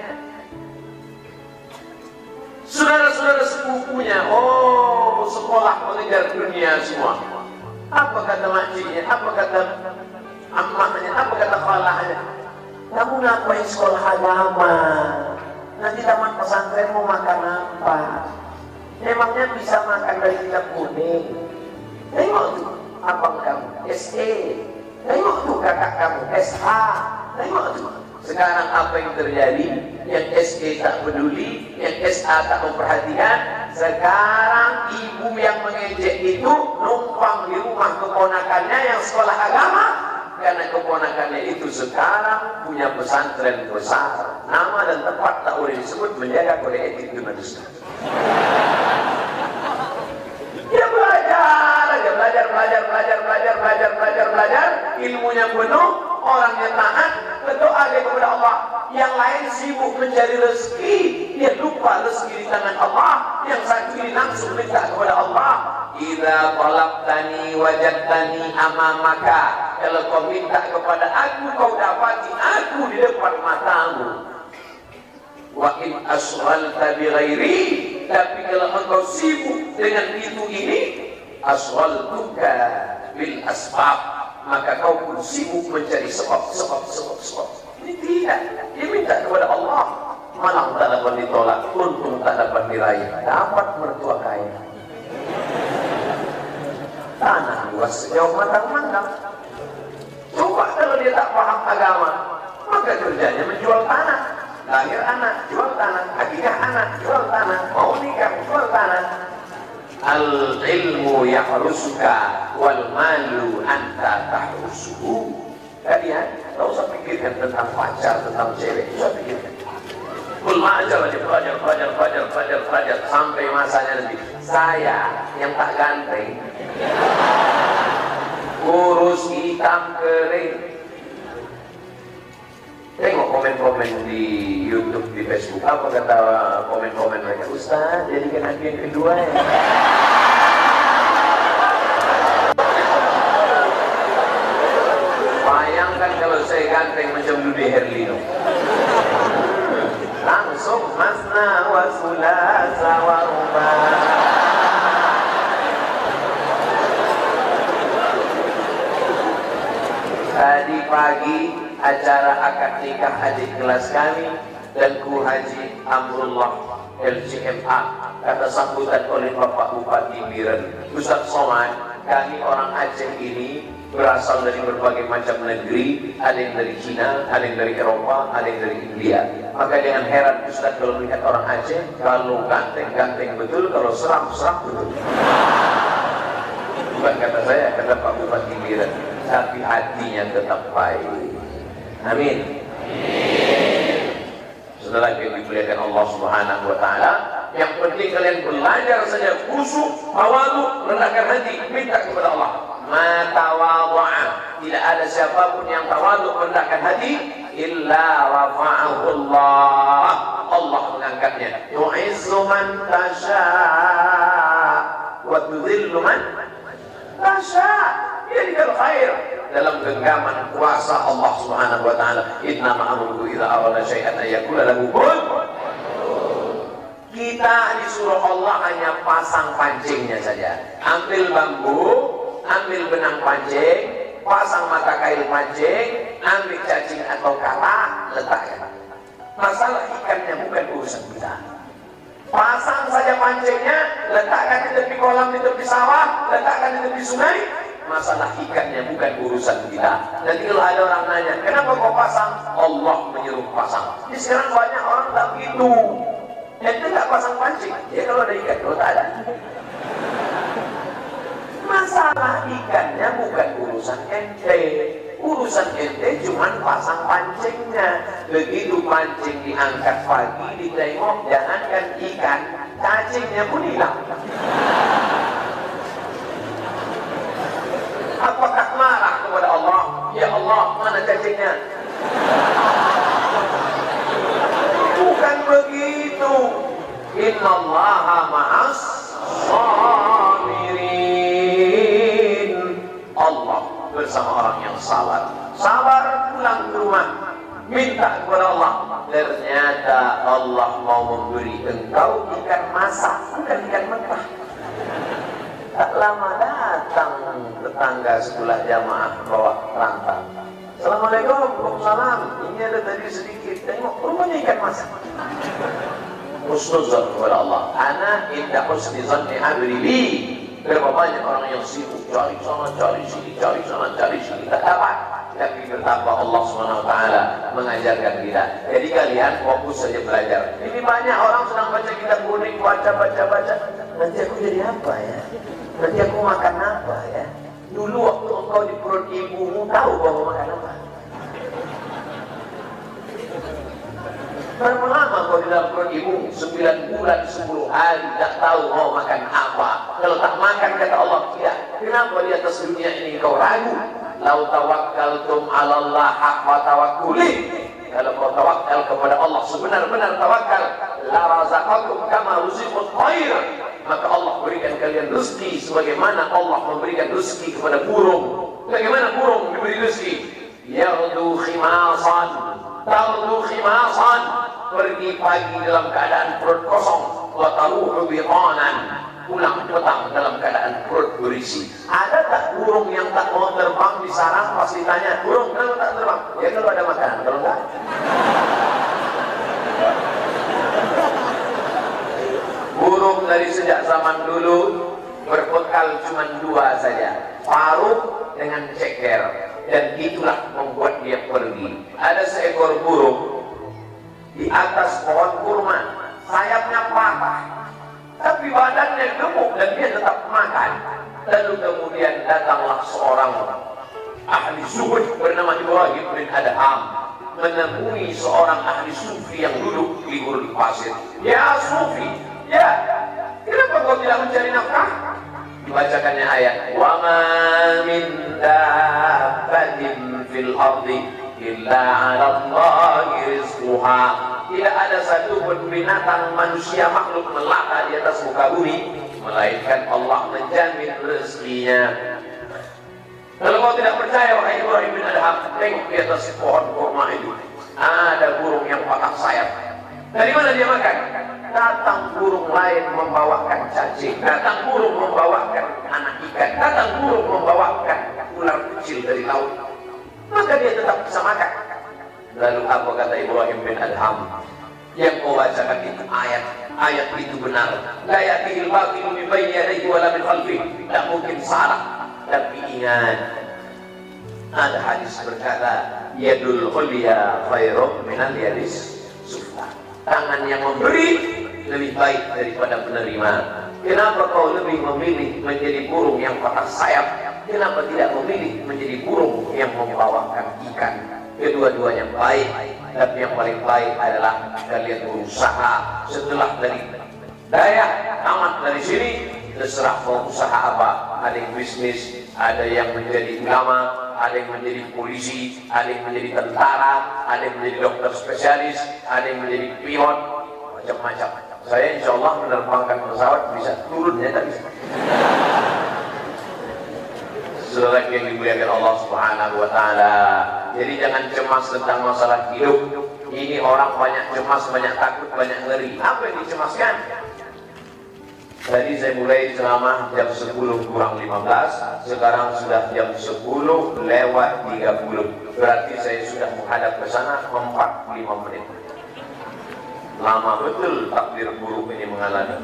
saudara-saudara sepupunya. Oh, sekolah mengejar dunia semua. Apa kata makciknya? Apa kata ammahnya? Apa kata khalahnya? Kamu ngapain sekolah agama? Nanti tamat pesantren mau makan apa? Emangnya bisa makan dari kitab kuning? Tengok tuh, apa kamu? S E. Tengok tuh kakak kamu, S H. Tengok tuh. Sekarang apa yang terjadi? Yang S E tak peduli, yang S A tak memperhatikan. Sekarang ibu yang mengejek itu numpang di rumah keponakannya yang sekolah agama. Karena keponakannya itu sekarang punya pesantren besar. Nama dan tempat tak boleh disebut, menjaga kode etik di manusia. Dia belajar aja, belajar, belajar, belajar, belajar, belajar, belajar, belajar, ilmunya penuh, orangnya taat, berdoa dia kepada Allah. Yang lain sibuk mencari rezeki, dia lupa rezeki di tangan Allah. Yang satu ini langsung minta kepada Allah. Idza talabtani wajadtani amamaka. Kalau kau minta kepada aku, kau dapati aku di depan matamu. Wa in asghalta bi ghairi, tapi kalau engkau sibuk dengan itu ini, asghaltuka bil asbab, maka kau pun sibuk mencari sebab sebab sebab sebab. Ini tidak, dia minta kepada Allah, malah tak dapat ditolak, untung tak dapat diraih, dapat mertua kaya, tanah luas sejauh matang-matang. Coba kalau dia tak paham agama, maka kerjanya menjual tanah. Lahir anak, jual tanah. Akikah anak, jual tanah. Mau nikah, jual tanah. Al ilmu yahrusuka wal malu anta tahrusuhu. Kalian tak usah pikirkan tentang pacar, tentang cewek. Tak usah pikirkan. Ulma aja aja belajar, belajar, belajar, belajar, belajar sampai masanya nanti. Saya yang tak ganteng, kurus hitam kering. Tengok komen-komen di YouTube, di Facebook. Apa kata komen-komen mereka? Ustaz, jadikan aku yang kedua ya. Bayangkan kalau saya ganteng macam Dude Herlino. Langsung masna wa sulasa wa ruba. Tadi pagi acara akad nikah adik kelas kami dan Ku Haji Amrullah L C M A. Kata sambutan oleh Bapak Bupati Biren, Ustaz Somad, kami orang Aceh ini berasal dari berbagai macam negeri, ada yang dari Cina, ada yang dari Eropa, ada yang dari India. Maka jangan heran Ustaz kalau melihat orang Aceh, kalau ganteng-ganteng betul, kalau seram-seram betul. Bukan kata saya, kata Pak Bupati Biren, tapi hatinya tetap baik. Amin. Saudara yang dimuliakan Allah Subhanahu wa taala, yang penting kalian belajar saja khusyuk, tawadhu, rendahkan hati, minta kepada Allah. Ma tawadhu'a, tidak ada siapapun yang tawadhu merendahkan hati illa rafa'ahu Allah. Allah mengangkatnya. Yu'izzu man tasha wa tudhillu man tasha. Jadikan khair dalam genggaman kuasa Allah Subhanahu wa taala. Inna ma'amruhu idza arada syai'an ayakula lahu kun. Kita disuruh Allah hanya pasang pancingnya saja. Ambil bambu, ambil benang pancing, pasang mata kail pancing, ambil cacing atau kala, letakkan. Masalah ikannya bukan urusan kita. Pasang saja pancingnya, letakkan di tepi kolam, di tepi sawah, letakkan di tepi sungai. Masalah ikannya bukan urusan kita. Nanti kalau ada orang nanya, kenapa kau pasang? Allah menyuruh pasang. Jadi sekarang banyak orang tak begitu. Ente tak pasang pancing, ya kalau ada ikan, kalau tak ada. Masalah ikannya bukan urusan ente. Urusan ente cuma pasang pancingnya. Begitu pancing diangkat pagi, ditengok, jangankan ikan, cacingnya pun hilang. Apakah marah kepada Allah? Ya Allah, mana cacingnya? Bukan begitu. Innallaha ma'as sabirin. Allah bersama orang yang sabar. Sabar pulang ke rumah, minta kepada Allah. Ternyata Allah mau memberi engkau ikan masak, bukan ikan mentah. Tak lama datang tetangga sebelah jamaah bawa rantang. Assalamualaikum, waalaikumsalam. Ini ada tadi sedikit. Tengok rumahnya ikan masak. Husnuzan kepada Allah. Ana indah husni zanni abdi li. Berapa banyak orang yang sibuk cari sana, cari sini, cari sana, cari sini, tak dapat. Tapi betapa Allah subhanahu wa taala mengajarkan kita. Jadi kalian fokus saja belajar. Ini banyak orang sedang baca kitab kuning, baca, baca, baca. Nanti aku jadi apa ya? Nanti aku makan apa ya? Dulu waktu engkau di perut ibumu tahu bahwa makan apa? Berapa lama kau di dalam perut ibumu? Sembilan bulan, sepuluh hari, tak tahu mau makan apa. Kalau tak makan, kata Allah, tidak. Kenapa di atas dunia ini kau ragu? Lau tawakkaltum ala Allah haqqa tawakkuli. Kalau kau tawakal kepada Allah sebenar-benar tawakal, la razaqakum kama ruziqut thair. Maka Allah berikan kalian rezeki sebagaimana Allah memberikan rezeki kepada burung. Bagaimana burung diberi rezeki? Yaghdu khimasan, taghdu khimasan, pergi pagi dalam keadaan perut kosong, wa taruhu bitanan, pulang petang dalam keadaan perut berisi. Ada tak burung yang tak mau terbang di sarang pas ditanya, burung kenapa tak terbang? Ya kalau ada makanan, kalau enggak. Burung dari sejak zaman dulu berbekal cuma dua saja, paruh dengan ceker, dan itulah membuat dia pergi. Ada seekor burung di atas pohon kurma, sayapnya patah, tapi badannya gemuk dan dia tetap makan. Lalu kemudian datanglah seorang ahli zuhud bernama Ibrahim bin Adham menemui seorang ahli sufi yang duduk di gurun pasir. Ya sufi, ya, kenapa kau tidak mencari nafkah? Dibacakannya ayat, wa ma min dabbatin fil ardi illa 'ala Allahi rizquha. Tidak ada satu pun binatang manusia makhluk melata di atas muka bumi melainkan Allah menjamin rezekinya. Kalau kau tidak percaya, wahai Ibrahim bin Adham, tengok di atas pohon kurma itu ada burung yang patah sayap. Dari mana dia makan? Datang burung lain membawakan cacing, datang burung membawakan anak ikan, datang burung membawakan ular kecil dari laut. Maka dia tetap bisa makan. Lalu apa kata Ibrahim bin Adham? Yang kau bacakan itu ayat, ayat itu benar. La ya'tihil batilu min bayni yadayhi wa la min khalfihi. Tak mungkin salah. Tapi ingat, ada hadis berkata, yadul ulya khairum minal yadis sufla. Tangan yang memberi lebih baik daripada penerima. Kenapa kau lebih memilih menjadi burung yang patah sayap? Kenapa tidak memilih menjadi burung yang membawakan ikan? Kedua-duanya baik, tapi yang paling baik adalah kalian berusaha. Setelah dari daya tamat dari sini, terserah mau usaha apa. Ada yang bisnis, ada yang menjadi ulama, ada yang menjadi polisi, ada yang menjadi tentara, ada yang menjadi dokter spesialis, ada yang menjadi pilot, macam-macam. Saya insya Allah menerbangkan pesawat bisa turun, ya tak bisa. Saudara yang dimuliakan Allah Subhanahu wa taala. Jadi jangan cemas tentang masalah hidup. Ini orang banyak cemas, banyak takut, banyak ngeri. Apa yang dicemaskan? Tadi saya mulai ceramah jam sepuluh kurang lima belas, sekarang sudah jam sepuluh lewat tiga puluh. Berarti saya sudah menghadap ke sana empat puluh lima menit. Lama betul takdir buruk ini mengalami.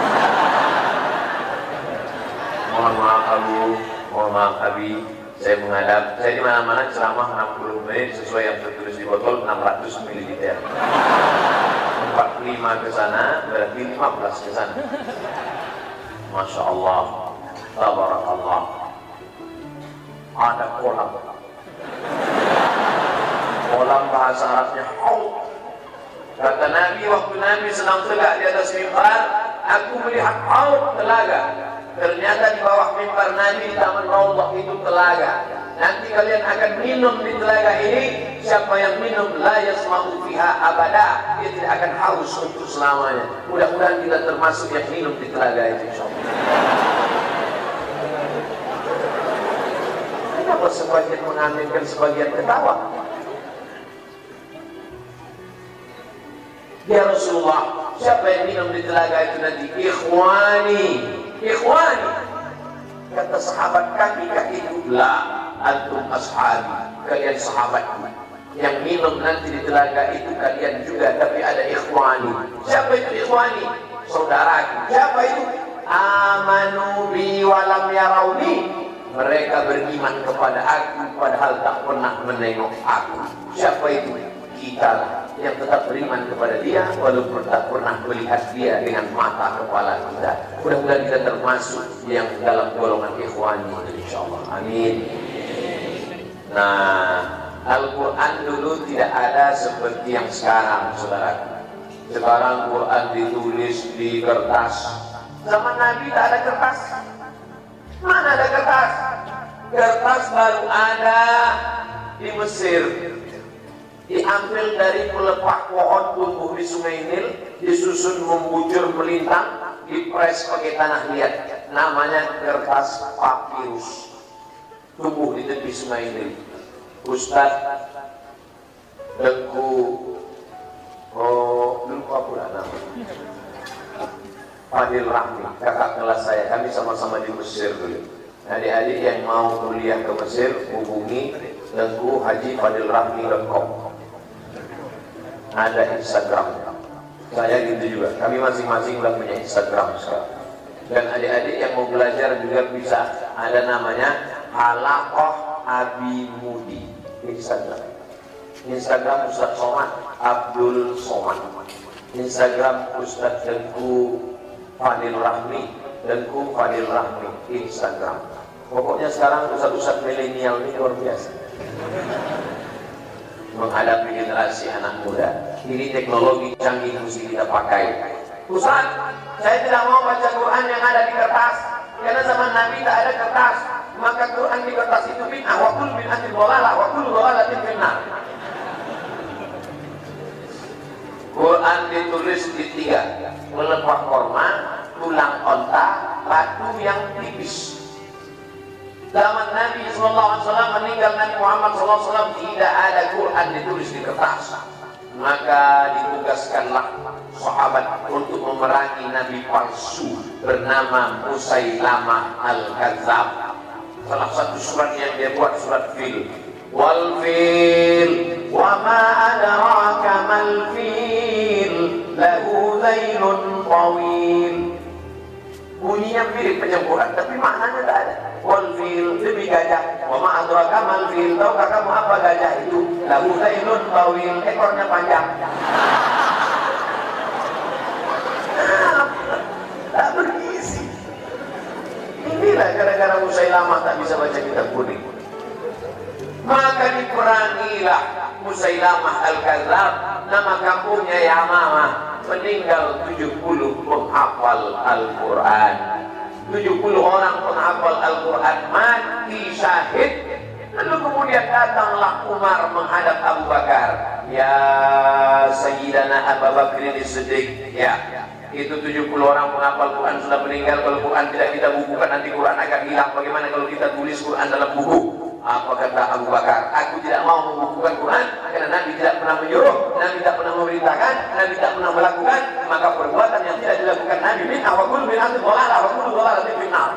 Mohon maaf Abu, mohon maaf Abi, saya menghadap, saya di mana-mana ceramah enam puluh menit sesuai yang tertulis di botol enam ratus mililiter. empat puluh lima ke sana, berarti lima belas ke sana. Masya Allah, tabarakallah. Ada kolam. Kolam bahasa Arabnya haud. Kata Nabi, waktu Nabi sedang tegak di atas mimbar, aku melihat haud, telaga. Ternyata di bawah mimbar Nabi di Taman Raudhah itu telaga. Nanti kalian akan minum di telaga ini. Siapa yang minum la yasma'u fiha abada, dia tidak akan haus untuk selamanya. Mudah-mudahan kita termasuk yang minum di telaga itu, insyaallah. Kenapa sebagian mengaminkan, sebagian ketawa? Ya Rasulullah, siapa yang minum di telaga itu nanti? Ikhwani, ikhwani. Kata sahabat, kami kah itu? La, antum ashabi, kalian sahabatku. Yang minum nanti di telaga itu kalian juga, tapi ada ikhwani. Siapa itu ikhwani? Saudaraku. Siapa itu? Amanu bi walam yarawni. Mereka beriman kepada aku padahal tak pernah menengok aku. Siapa itu? Kita lah yang tetap beriman kepada dia walaupun tak pernah melihat dia dengan mata kepala kita. Mudah-mudahan kita termasuk yang dalam golongan ikhwani, insyaallah. Amin. Nah, Al-Quran dulu tidak ada seperti yang sekarang, saudaraku. Sekarang Quran ditulis di kertas. Zaman Nabi tak ada kertas. Mana ada kertas? Kertas baru ada di Mesir. Diambil dari pelepah pohon tumbuh di Sungai Nil, disusun membujur melintang, dipres pakai tanah liat. Namanya kertas papirus. Tumbuh di tepi Sungai Nil. Ustadz Dengku, oh lupa pula nama, Fadil Rahmi, kakak kelas saya. Kami sama-sama di Mesir dulu. Adik-adik yang mau kuliah ke Mesir hubungi Dengku Haji Fadil Rahmi dot com. Ada Instagram. Saya gitu juga. Kami masing-masing udah punya Instagram sekarang. Dan adik-adik yang mau belajar juga bisa. Ada namanya Halaqah Abi Mudi. Instagram. Instagram Ustaz Somad Abdul Somad. Instagram Ustaz Dengku Fadil Rahmi. Dengku Fadil Rahmi. Instagram. Pokoknya sekarang Ustaz-Ustaz milenial ini luar biasa menghadapi generasi anak muda. Ini teknologi canggih mesti kita pakai. Ustaz, saya tidak mau baca Quran yang ada di kertas, karena zaman Nabi tak ada kertas. Maka Quran di kertas itu bid'ah, wa kullu bid'atin dhalalah, wa kullu dhalalatin finnar. Quran ditulis di tiga: pelepah korma, tulang onta, batu yang tipis. Zaman Nabi shallallahu alaihi wasallam meninggal, Nabi Muhammad shallallahu alaihi wasallam tidak ada Quran ditulis di kertas. Maka ditugaskanlah sahabat untuk memerangi Nabi palsu bernama Musailamah Al-Kadzab. Salah satu surat yang dia buat surat Fil. Wal fil wa ma adraka mal fil lahu zailun tawil. Bunyinya mirip macam Quran tapi maknanya tak ada. Wal fil, demi gajah. Wa ma adraka mal fil, tahukah kamu apa gajah itu? Lahu zailun tawil, ekornya panjang. Tak bergizi. Inilah gara-gara Musailamah tak bisa baca kitab kuning. Maka diperangilah Musailamah Al-Kadzab. Nama kampungnya Yamamah. Meninggal tujuh puluh penghafal Al-Quran. tujuh puluh orang penghafal Al-Quran mati syahid. Lalu kemudian datanglah Umar menghadap Abu Bakar. Ya Sayyidana Abu Bakar ini Siddiq. Ya, itu tujuh puluh orang penghafal Quran sudah meninggal. Kalau Quran tidak kita bukukan nanti Quran akan hilang. Bagaimana kalau kita tulis Quran dalam buku? Apa kata Abu Bakar? Aku tidak mau membukukan Quran karena Nabi tidak pernah menyuruh, Nabi tidak pernah memerintahkan, Nabi tidak pernah melakukan. Maka perbuatan yang tidak dilakukan Nabi min awakul bin antu dolala awakul dolala bin final.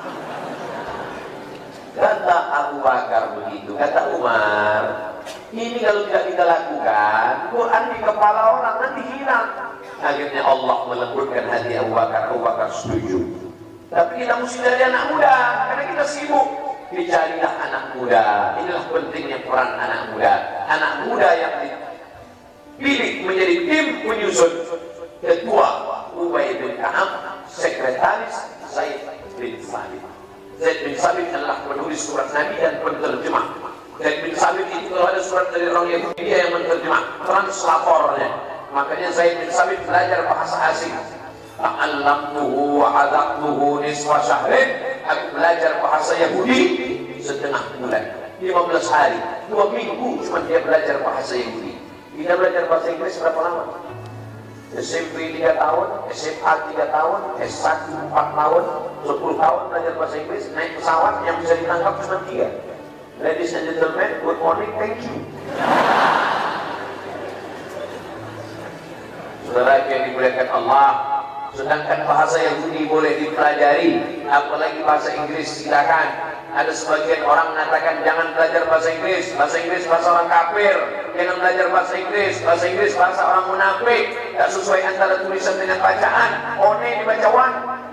Kata Abu Bakar begitu. Kata Umar, ini kalau tidak kita lakukan, Quran di kepala orang nanti hilang. Akhirnya Allah melembutkan hati Abu Bakar. Abu Bakar setuju. Tapi kita mesti dari anak muda karena kita sibuk. Dicarilah anak muda. Inilah pentingnya peran anak muda. Anak muda yang dipilih menjadi tim penyusun. Ketua Ubay bin Ka'ab, sekretaris Zaid bin Sabit. Zaid bin Sabit adalah penulis surat Nabi dan penterjemah. Zaid bin Sabit itu kalau ada surat dari orang Yahudi dia yang menterjemah, translatornya. Makanya Zaid bin Sabit belajar bahasa asing. Ta'allamtuhu wa 'adaqtuhu nisfa syahrin. Aku belajar bahasa Yahudi setengah bulan, lima belas hari, dua minggu cuma dia belajar bahasa Yahudi. Kita belajar bahasa Inggris berapa lama? S M P tiga tahun, S M A tiga tahun, S satu empat tahun, sepuluh tahun belajar bahasa Inggris. Naik pesawat yang bisa ditangkap cuma tiga. Ladies and gentlemen, good morning, thank you. Saudara yang dimuliakan Allah, sedangkan bahasa Yahudi boleh dipelajari, apalagi bahasa Inggris silakan. Ada sebagian orang mengatakan jangan belajar bahasa Inggris, bahasa Inggris bahasa orang kafir, jangan belajar bahasa Inggris, bahasa Inggris bahasa orang munafik, tak sesuai antara tulisan dengan bacaan, one dibacawan.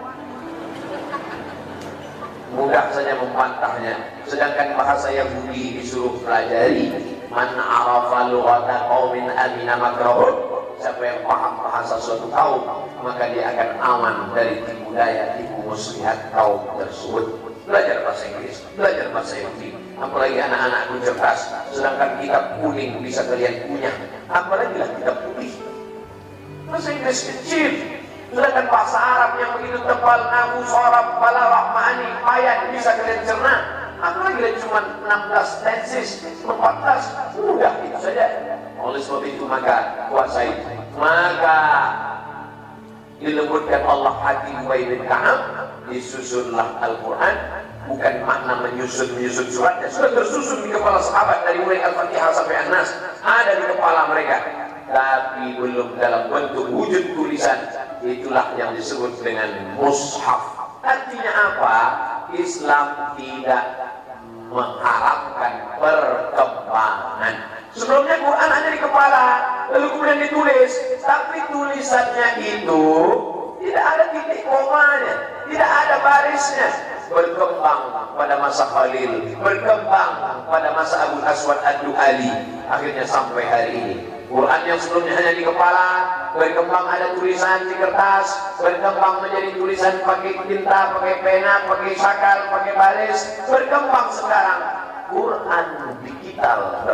Mudah saja membantahnya. Sedangkan bahasa Yahudi disuruh pelajari. Man arafa lughata qaumin amina makrahun. Siapa yang paham bahasa suatu kaum, maka dia akan aman dari tipu daya, tipu muslihat kaum tersebut. Belajar bahasa Inggris, belajar bahasa Yahudi. Apalagi anak-anakku cerdas, sedangkan kitab kuning bisa kalian punya. Apalagi lah kitab putih. Bahasa Inggris kecil, sedangkan bahasa Arab yang begitu tebal, nahu, sorab, balawah, ma'ani, payah bisa kalian cerna. Apalagi lah cuma enam belas tenses, empat belas, mudah itu saja. Oleh sebab itu maka kuasai, maka dilembutkan Allah hati Ubay bin Ka'ab, disusunlah Al-Quran. Bukan makna menyusun-menyusun suratnya, sudah tersusun di kepala sahabat dari mulai Al-Fatihah sampai An-Nas, ada di kepala mereka, tapi belum dalam bentuk wujud tulisan. Itulah yang disebut dengan mushaf. Artinya apa? Islam tidak mengharapkan perkembangan. Sebelumnya Quran hanya di kepala, lalu kemudian ditulis, tapi tulisannya itu tidak ada titik komanya, tidak ada barisnya. Berkembang pada masa Khalil, berkembang pada masa Abu Aswad Ad-Du'ali, akhirnya sampai hari ini. Quran yang sebelumnya hanya di kepala, berkembang ada tulisan di kertas, berkembang menjadi tulisan pakai tinta, pakai pena, pakai sakal, pakai baris, berkembang sekarang Quran digital.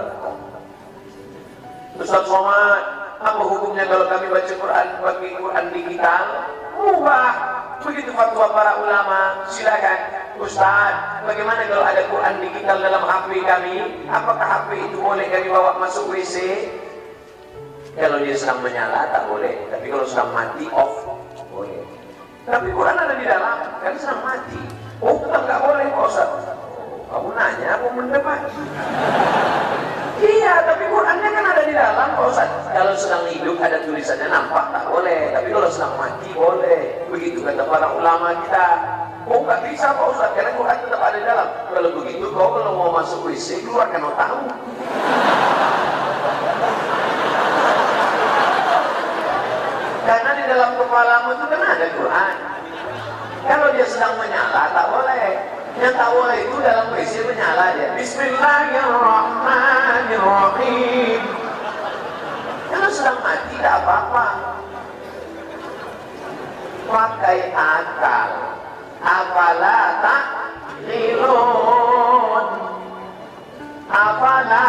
Ustaz Somad, apa hukumnya kalau kami baca Quran pakai Quran digital? Mubah. Begitu fatwa para ulama. Silakan. Ustaz, bagaimana kalau ada Quran digital dalam H P kami? Apakah H P itu boleh kami bawa masuk W C? Kalau dia sedang menyala tak boleh, tapi kalau sedang mati off boleh. Tapi Quran ada di dalam, kami sedang mati. Oh, kita nggak boleh, Pak Ustaz. Kamu nanya, aku mendebat. Iya, tapi Qurannya kan ada di dalam, Pak Ustaz. Kalau sedang hidup ada tulisannya nampak tak boleh, tapi kalau sedang mati boleh. Begitu kata para ulama kita. Oh, nggak bisa, Pak Ustaz, karena Quran tetap ada di dalam. Kalau begitu, kau kalau mau masuk W C keluarkan otakmu. Karena di dalam kepalamu itu kan ada Quran. Kalau dia sedang menyala tak boleh. Yang tak boleh itu dalam W C menyala dia. Bismillahirrahmanirrahim. Kalau sedang mati tak apa-apa. Pakai akal. Afala ta'qilun. Afala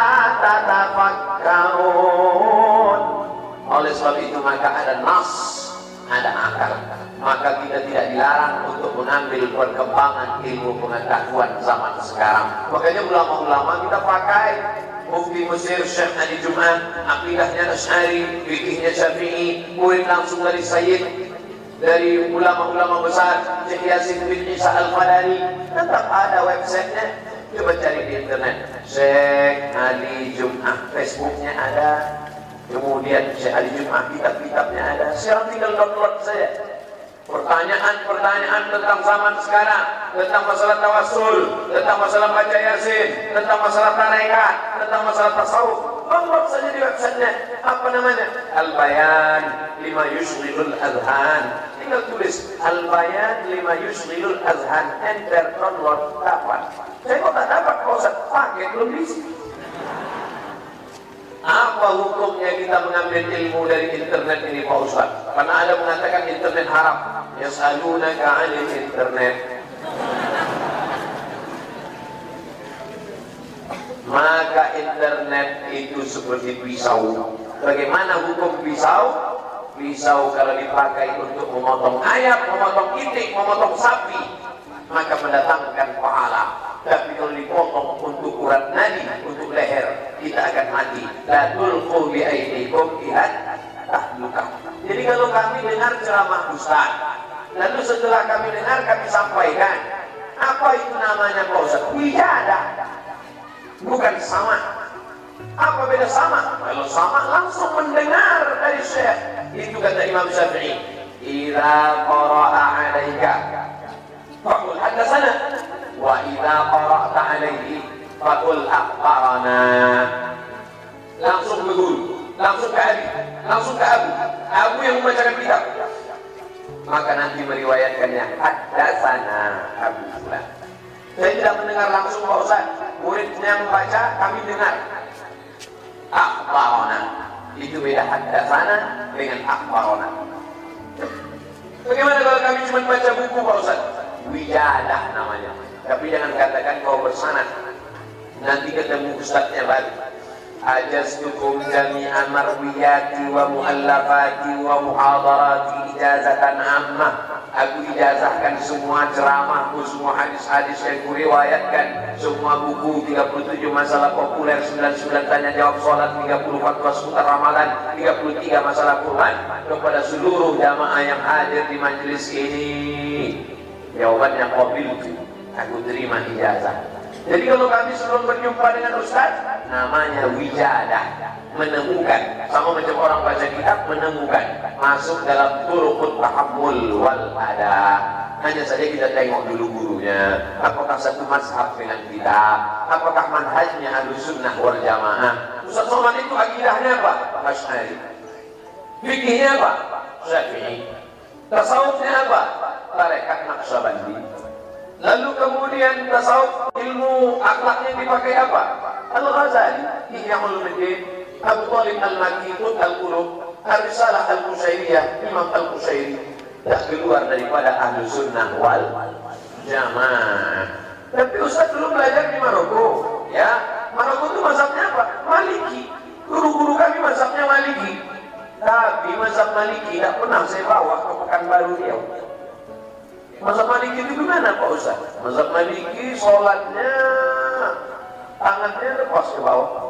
tatafakkarun. Oleh sebab itu maka ada nas, ada akal. Maka kita tidak dilarang untuk mengambil perkembangan ilmu pengetahuan zaman sekarang. Makanya ulama-ulama kita pakai. Mufti Mesir Syekh Ali Jum'ah, aqidahnya Asy'ari, fikihnya Syafi'i, murid langsung dari Sayyid, dari ulama-ulama besar Syekh Yasin bin Isa Al-Qadari. Tetap ada websitenya. Coba cari di internet, Syekh Ali Jum'ah, Facebooknya ada, kemudian Syekh Ali Jum'ah, kitab-kitabnya ada. Sekarang tinggal download saja. Pertanyaan-pertanyaan tentang zaman sekarang, tentang masalah tawassul, tentang masalah baca yasin, tentang masalah tarekat, tentang masalah tasawuf. Download saja di websitenya. Apa namanya? Al-Bayan lima yushghilul adhan. Tinggal tulis Al-Bayan lima yushghilul adhan. Enter, download, dapat. Saya kok tak dapat, kalau saya pakai belum bisa. Apa hukumnya kita mengambil ilmu dari internet ini Pak Ustaz? Karena ada mengatakan internet haram. Yas'alunaka 'anil internet. Maka internet itu seperti pisau. Bagaimana hukum pisau? Pisau kalau dipakai untuk memotong ayam, memotong itik, memotong sapi, maka mendatangkan pahala. Tapi kalau dipotong untuk urat nadi, untuk leher, kita akan mati. La tulqu bi aydikum ila tahlukah. Jadi kalau kami dengar ceramah Ustaz, lalu setelah kami dengar kami sampaikan, apa itu namanya Pak Ustaz? Wijadah. Bukan sama. Apa beda sama? Kalau sama langsung mendengar dari Syekh. Itu kata Imam Syafi'i. Idza qara'a 'alaika faqul hadatsana wa idza qara'ta 'alaihi faqul akhbarana. Langsung ke guru, langsung ke Abi, langsung ke Abu. Abu yang membacakan kitab. Maka nanti meriwayatkannya hadatsana Abu Fulan. Saya tidak mendengar langsung Pak Ustaz. Muridnya membaca, kami dengar. Akhbarana. Itu beda hadatsana dengan akhbarana. Bagaimana kalau kami cuma baca buku Pak Ustaz? Wijadah namanya. Tapi jangan katakan kau bersanad. Nanti ketemu ustadznya baru. Ajastukum jami'a marwiyati wa mu'allafati wa muhadarati ijazatan ammah. Aku ijazahkan semua ceramahku, semua hadis-hadis yang kuriwayatkan, semua buku, tiga puluh tujuh masalah populer, sembilan puluh sembilan tanya jawab sholat, tiga puluh fatwa seputar ramalan, tiga puluh tiga masalah Quran, kepada seluruh jamaah yang hadir di majelis ini. Jawabannya qabil, aku terima ijazah. Jadi kalau kami sebelum berjumpa dengan Ustaz, namanya wijadah, menemukan, sama macam orang baca kitab, menemukan, masuk dalam turuqut tahammul wal ada. Hanya saja kita tengok dulu gurunya, apakah satu mazhab dengan kita, apakah manhajnya Ahlussunnah wal Jamaah. Ustaz Somad itu akidahnya apa? Asy'ari. Fikihnya apa? Syafi'i. Tasawufnya apa? Tarekat Naqsyabandi. Lalu kemudian tasawuf, ilmu akhlaknya dipakai apa? Al-Ghazali, Ihya Ulumuddin, Abu Thalib Al-Makki, Al-Qulub, Ar-Risalah Al-Qushairiyah, Imam Al-Qushairi. Tak keluar daripada Ahlussunnah wal Jamaah. Tapi Ustaz dulu belajar di Maroko, ya. Maroko itu mazhabnya apa? Maliki. Guru-guru kami mazhabnya Maliki. Tapi mazhab Maliki tidak pernah saya bawa ke Pekanbaru Riau. Mazhab Maliki itu gimana Pak Ustaz? Mazhab Maliki sholatnya tangannya lepas ke bawah.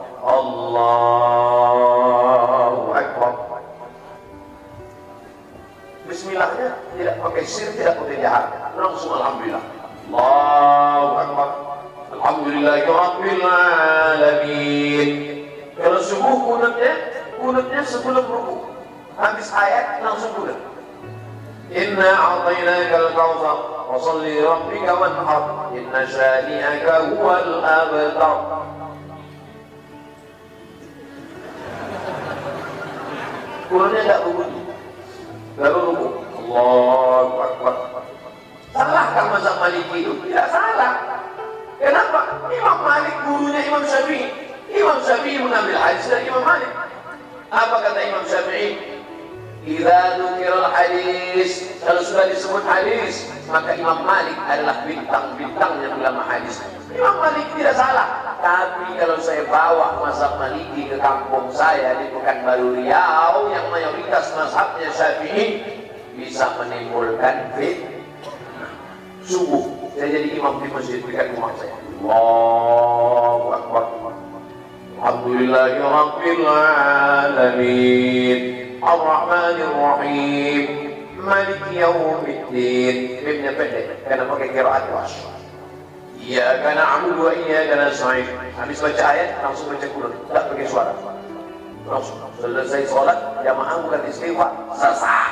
Allahu Akbar. Bismillahnya tidak pakai sir, tidak pakai jahar, langsung Alhamdulillah. Allahu Akbar. Alhamdulillahi Rabbil Alamin. Kalau subuh kunutnya, kunutnya sebelum ruku. Habis ayat langsung kunut. Inna a'tainakal kautsar wa shalli rabbika wanhar inna shani'aka huwal abtar. Kunutnya enggak begitu. Lalu ruku. Allahu Akbar. Salahkah mazhab Maliki itu? Tidak salah. Kenapa? Imam Malik gurunya Imam Syafi'i. Imam Syafi'i mengambil hadis dari Imam Malik. Apa kata Imam Syafi'i? Idza dzukira hadis, kalau sudah disebut hadis, maka Imam Malik adalah bintang-bintangnya ulama hadis. Imam Malik tidak salah. Tapi kalau saya bawa mazhab Maliki ke kampung saya di Pekanbaru Riau yang mayoritas mazhabnya Syafi'i, bisa menimbulkan fitnah. Subuh saya jadi imam di masjid dekat rumah saya. Allahu Akbar. Alhamdulillahi Rabbil Alamin. Ar-Rahmanir Rahim. Maliki Yaumiddin. Mimnya pendek karena pakai qiraat wash. Iyyaka na'budu wa iyyaka nasta'in. Habis baca ayat langsung baca Quran, tidak pakai suara. Langsung selesai sholat, jamaah bukan istighfar, sesak.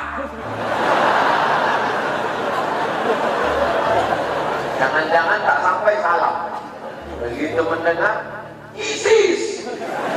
Jangan-jangan tak sampai salam. Begitu mendengar ISIS,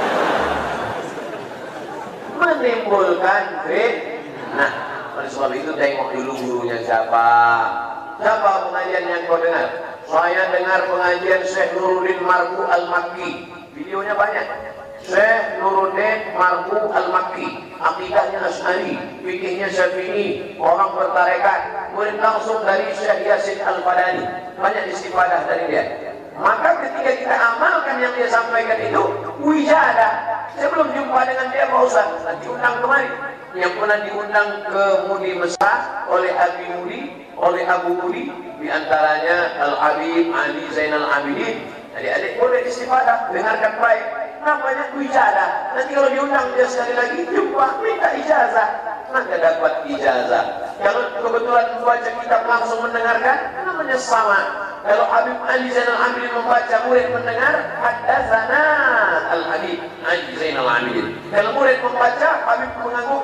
menimbulkan fitnah. Oleh sebab itu tengok dulu gurunya siapa. Siapa pengajian yang kau dengar? Saya dengar pengajian Syekh Nuruddin Marbu Al-Makki. Videonya banyak. Syekh Nuruddin Marbu Al-Makki, akidahnya Asy'ari, fikihnya Syafi'i, orang bertarekat, murid langsung dari Syekh Yasin Al-Fadani. Banyak istifadah dari dia. Maka ketika kita amalkan yang dia sampaikan itu, wijadah. Saya belum jumpa dengan dia Pak Ustaz, nanti undang kemari. Yang pernah diundang ke Mudi Mesra oleh Abi Mudi, oleh Abu Mudi, diantaranya Al-Habib Ali Zainal Abidin. Adik-adik boleh istifadah, dengarkan baik. Namanya wijadah. Nanti kalau diundang dia sekali lagi, jumpa, minta ijazah. Maka dapat ijazah. Kalau kebetulan membaca kitab langsung mendengarkan, namanya sama. Kalau Habib Ali Zainal Abidin membaca, murid mendengar, haddatsana Al-Habib Ali Zainal Abidin. Kalau murid membaca, Habib mengangguk,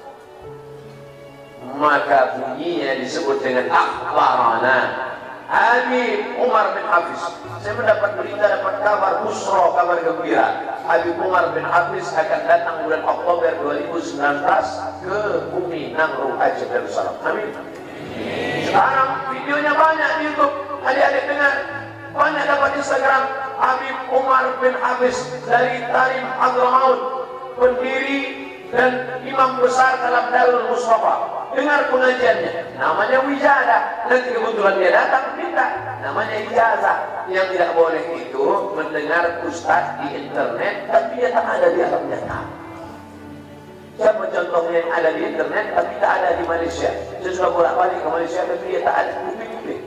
maka bunyinya disebut dengan akhbarana Habib Umar bin Hafiz. Saya mendapat berita, dapat kabar busra, kabar gembira. Habib Umar bin Hafiz akan datang bulan Oktober dua ribu sembilan belas ke bumi Nangro Aceh Darussalam. Amin. Sekarang videonya banyak di YouTube. Adik-adik dengar, banyak dapat Instagram. Habib Umar bin Hafiz dari Tarim Hadramaut, pendiri dan imam besar dalam Darul Mustafa. Dengar pengajiannya, namanya wijadah. Nanti kebetulan dia datang, minta, namanya ijazah. Yang tidak boleh itu mendengar ustaz di internet, tapi dia tak ada di alam nyata. Siapa contohnya yang ada di internet, tapi tak ada di Malaysia? Saya sudah bolak-balik ke Malaysia, tapi dia tak ada. Kuping-kuping.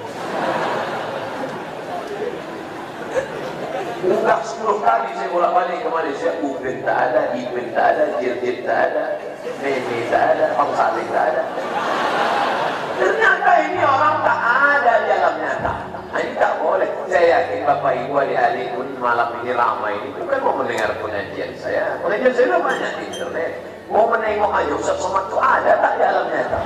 Udah sepuluh kali saya bolak-balik ke Malaysia, Upin tak ada, Ipin tak ada, Jirjit tak ada, Nene tak ada, Bang Saleh tak ada. Ternyata ini orang tak ada di alam nyata. Ini tak boleh. Saya yakin Bapak Ibu adik-adik pun malam ini ramai ini bukan mau mendengar pengajian saya. Pengajian saya sudah banyak di internet. Mau menengok aja Ustaz Somad itu ada tak di alam nyata?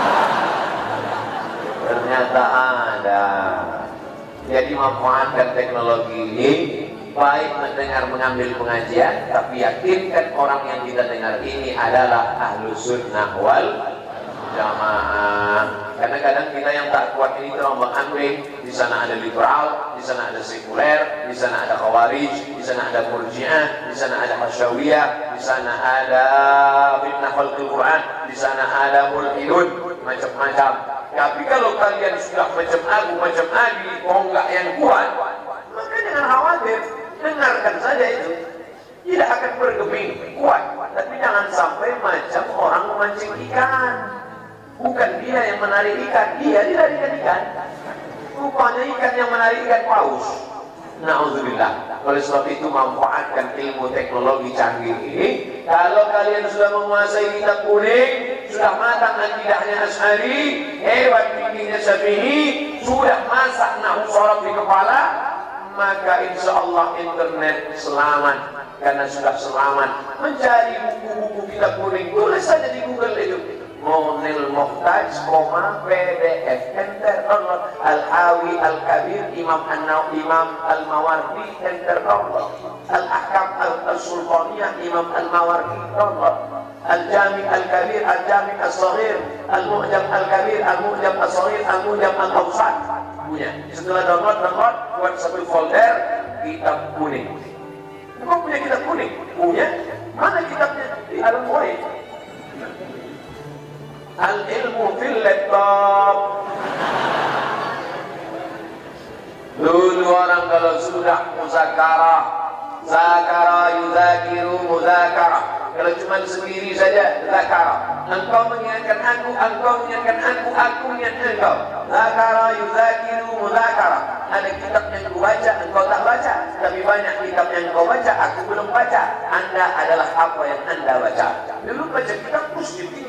Ternyata ada. Jadi manfaatkan teknologi ini, baik mendengar mengambil pengajian, tapi yakinkan orang yang kita dengar ini adalah ahlu sunnah wal jamaah. Kadang-kadang kita yang tak kuat ini terombang ambing. Di sana ada liberal, di sana ada sekuler, di sana ada khawarij, di sana ada murji'ah, di sana ada hasyawiyah, di sana ada fitnah khalqul Quran, di sana ada mulhidun, macam-macam. Tapi kalau kalian sudah macam aku, macam Abi, tonggak yang kuat, maka jangan khawatir, dengarkan saja itu. Tidak akan bergeming, kuat. Tapi jangan sampai macam orang memancing ikan. Bukan dia yang menarik ikan, dia dilarikan ikan. Rupanya ikan yang menarik ikan paus. Na'udzubillah. Oleh sebab itu manfaatkan ilmu teknologi canggih ini. Kalau kalian sudah menguasai kitab kuning, sudah matang akidahnya Asy'ari, hebat fikihnya Syafi'i, sudah masak nahwu shorof di kepala, maka insya Allah internet selamat. Karena sudah selamat. Mencari buku-buku kitab kuning, tulis saja di Google itu. Monil Muhtaj, koma, P D F, enter, download. Al-Hawi, Al-Kabir, Imam An-Nawawi, Imam Al-Mawardi, enter, download. Al-Ahkam, Al-Sultaniyah, Imam Al-Mawardi, download. Al-Jami' Al-Kabir, Al-Jami' Al-Saghir, Al-Mu'jam Al-Kabir, Al-Mu'jam Al-Saghir, Al-Mu'jam Al-Awsat. Punya. Setelah download, download, buat satu folder, kitab kuning. Kau punya kitab kuning? Punya. Mana kitabnya? Di alam ghaib. Al-ilmu fil laptop. Dulu orang kalau sudah muzakarah, zakara yuzakiru muzakarah. Kalau cuma sendiri saja, zakara. Engkau mengingatkan aku, engkau mengingatkan aku, aku mengingatkan engkau. Zakara yuzakiru muzakarah. Ada kitab yang kau baca, engkau tak baca. Tapi banyak kitab yang kau baca, aku belum baca. Anda adalah apa yang Anda baca. Dulu baca kitab terus begini.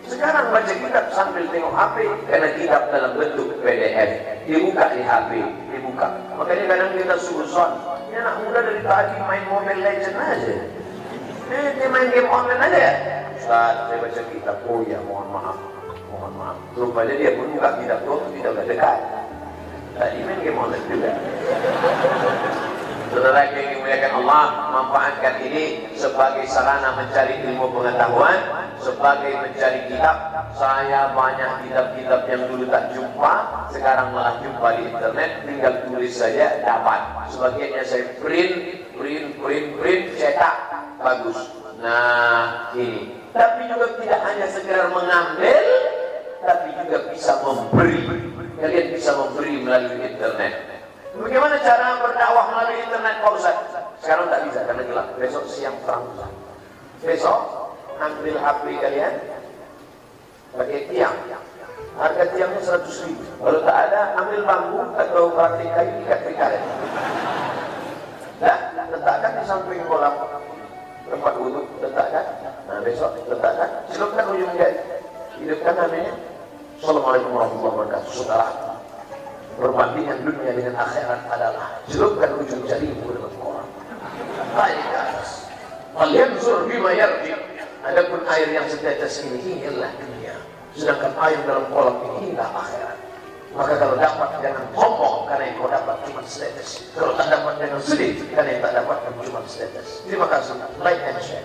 Sekarang baca kitab sambil tengok H P, karena kitab dalam bentuk P D F. Dibuka di H P, dibuka. Makanya kadang kita suzon, ini anak muda dari tadi main Mobile Legends aja. Eh, dia main game online aja ya? Ustaz, saya baca kitab. Oh ya, mohon maaf. Mohon maaf. Rupanya dia pun buka kitab itu, kita udah dekat. Tadi main game online juga. Saudara yang dimuliakan Allah, manfaatkan ini sebagai sarana mencari ilmu pengetahuan, sebagai mencari kitab. Saya banyak kitab-kitab yang dulu tak jumpa, sekarang malah jumpa di internet, tinggal tulis saja dapat. Sebagiannya saya print, print, print, print, cetak, bagus. Nah ini. Tapi juga tidak hanya sekedar mengambil, tapi juga bisa memberi. Kalian bisa memberi melalui internet. Bagaimana cara berdakwah melalui internet Pak Ustaz? Sekarang tak bisa karena gelap. Besok siang terang. Besok ambil H P kalian, pakai tiang. Harga tiangnya seratus ribu. Kalau tak ada, ambil bambu atau batik kayu ikat di karet. Dah, letakkan di samping kolam tempat wudhu, letakkan. Nah besok letakkan. Celupkan ujung jari. Hidupkan namanya. Assalamualaikum warahmatullahi wabarakatuh. Saudara, perbandingan dunia dengan akhirat adalah celupkan ujung jarimu dalam kolam, naik ke atas. Falyanzur bima yarji. Adapun air yang setetes ini inilah dunia, sedangkan air dalam kolam ini inilah akhirat. Maka kalau dapat jangan sombong karena yang kau dapat cuma setetes. Kalau tak dapat jangan sedih karena yang tak dapat cuma setetes. Terima kasih. Like and share.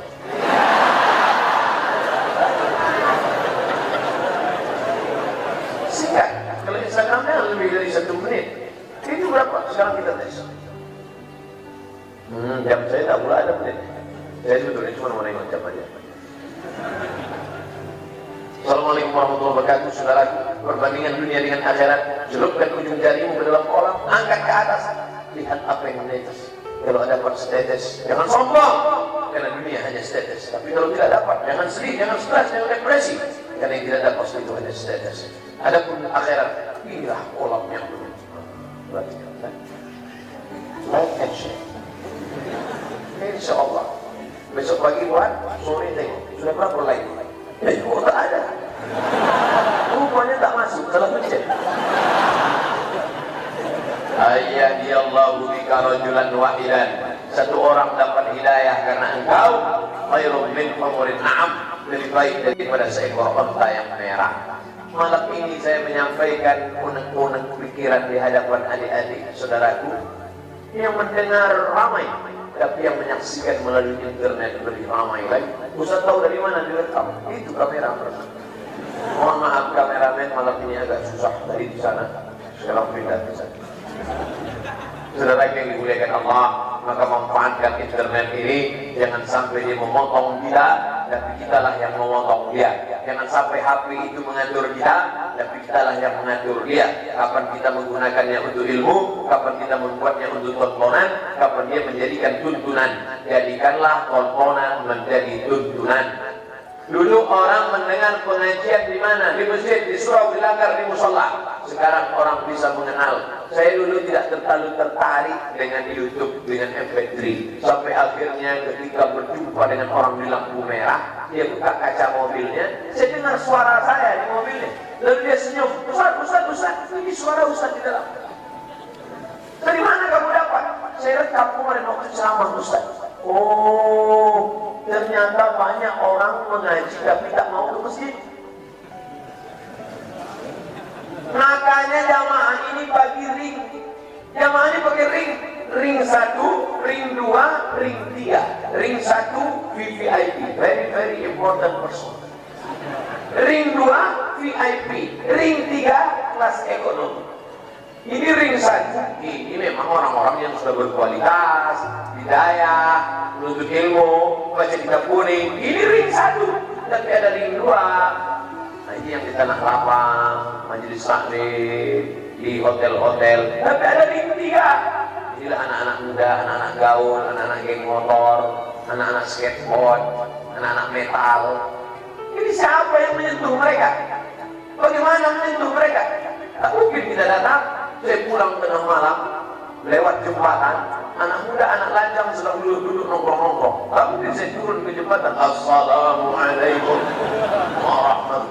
Singkat. Kalau Instagramnya lebih dari satu menit. Ini berapa? Sekarang kita tes. Hmm, jam saya tak pula ada menit. Saya sebetulnya cuma mau nengok jam aja. Assalamualaikum warahmatullahi wabarakatuh. Saudaraku, perbandingan dunia dengan akhirat. Celupkan ujung jarimu ke dalam kolam, angkat ke atas, lihat apa yang menetes. Kalau dapat setetes, jangan sombong karena dunia hanya setetes. Tapi kalau tidak dapat, jangan sedih, jangan stres, jangan depresi karena yang tidak dapat itu hanya setetes. Adapun akhirat, inilah kolam yang benar. Like and share. Insya Allah. Besok pagi buat, sore tengok. Sudah berapa like? Eh, kok tak ada? Rupanya tak masuk, salah pencet. Ayyadiyallahu bika rajulan wahidan. Satu orang dapat hidayah karena engkau, khairun min humurin na'am, lebih baik daripada seekor unta yang merah. Malam ini saya menyampaikan unek-unek pikiran di hadapan adik-adik saudaraku yang mendengar ramai, tapi yang menyaksikan melalui internet lebih ramai lagi. Ustaz tahu dari mana direkam? Itu kamera. Mohon maaf kameramen, malam ini agak susah dari di sana. Sekarang pindah di sana. Saudara yang dimuliakan Allah, maka manfaatkan internet ini. Jangan sampai dia memotong kita, tapi kitalah yang memotong dia. Jangan sampai H P itu mengatur kita, tapi kitalah yang mengatur dia. Kapan kita menggunakannya untuk ilmu, kapan kita membuatnya untuk tontonan, kapan dia menjadikan tuntunan. Jadikanlah tontonan menjadi tuntunan. Dulu orang mendengar pengajian di mana? Di masjid, di surau, di langgar, di musola. Sekarang orang bisa mengenal. Saya dulu tidak terlalu tertarik dengan YouTube, dengan M P tiga. Sampai akhirnya ketika berjumpa dengan orang di lampu merah, dia buka kaca mobilnya, saya dengar suara saya di mobilnya. Lalu dia senyum, Ustaz, Ustaz, Ustaz, ini suara Ustaz di dalam. Dari mana kamu dapat? Saya rekam kemarin waktu ceramah Ustaz. Oh, ternyata banyak orang mengaji tapi tak mau ke masjid. Makanya jamaah ini bagi ring. Jamaah ini pakai ring. Ring satu, ring dua, ring tiga. Ring satu V V I P, very very important person. Ring dua V I P, ring tiga kelas ekonomi. Ini ring satu, ini memang orang-orang yang sudah berkualitas, hidayah, menuntut ilmu, baca kitab kuning. Ini ring satu, tapi ada ring dua. Nah ini yang di Tanah Lapang, majelis taklim, di hotel-hotel. Tapi ada ring tiga. Inilah anak-anak muda, anak-anak gaul, anak-anak geng motor, anak-anak skateboard, anak-anak metal. Ini siapa yang menyentuh mereka? Bagaimana menyentuh mereka? Tak mungkin kita datang. Saya pulang tengah malam, lewat jembatan, anak muda, anak lajang sedang duduk-duduk nongkrong-nongkrong. Tak mungkin saya turun ke jembatan. Assalamualaikum warahmatullahi wabarakatuh.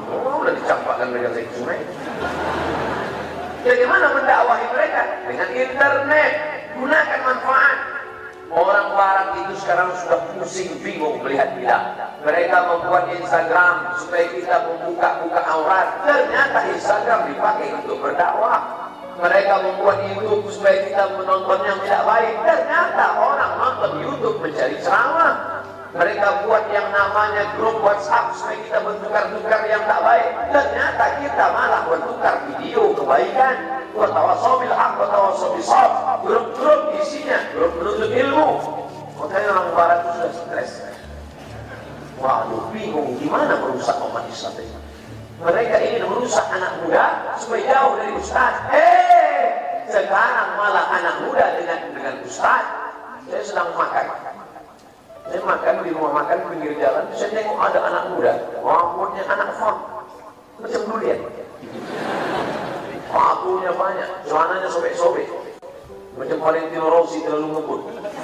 udah dicampakkan mereka ke sungai. Bagaimana mendakwahi mereka? Dengan internet. Gunakan manfaat. Orang barat itu sekarang sudah pusing bingung melihat kita. Mereka membuat Instagram supaya kita membuka-buka aurat. Ternyata Instagram dipakai untuk berdakwah. Mereka membuat YouTube supaya kita menonton yang tidak baik. Ternyata orang nonton YouTube mencari ceramah. Mereka buat yang namanya grup WhatsApp supaya kita bertukar-tukar yang tak baik. Ternyata kita malah bertukar video kebaikan. Watawasau bil haq, watawasau bis sabr. Grup-grup isinya grup menuntut ilmu. Makanya orang barat itu sudah stres. Waduh, bingung gimana merusak umat Islam ini. Mereka ingin merusak anak muda supaya jauh dari ustaz. Eh, sekarang malah anak muda dengan dengan ustaz. Saya sedang makan. Saya makan di rumah makan pinggir jalan, saya tengok ada anak muda, rambutnya anak font, macam durian. Sepatunya banyak, celananya sobek-sobek, macam Valentino Rossi terlalu ngebut.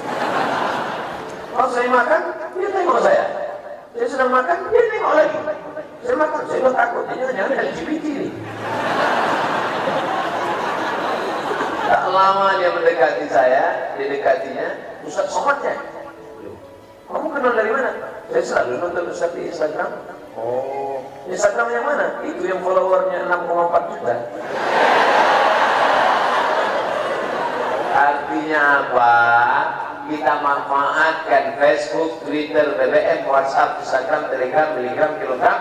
Pas saya makan, dia tengok saya. Saya sedang makan, dia tengok lagi. Saya makan, saya udah takut, jangan-jangan L G B T nih. Tak lama dia mendekati saya, dia dekatinya, Ustaz Somatnya. Kamu kenal dari mana? Saya selalu nonton Ustaz di Instagram. Oh, Instagram yang mana? Itu yang followernya enam koma empat juta. Artinya apa? Kita manfaatkan Facebook, Twitter, B B M, WhatsApp, Instagram, Telegram, Telegram, Kilogram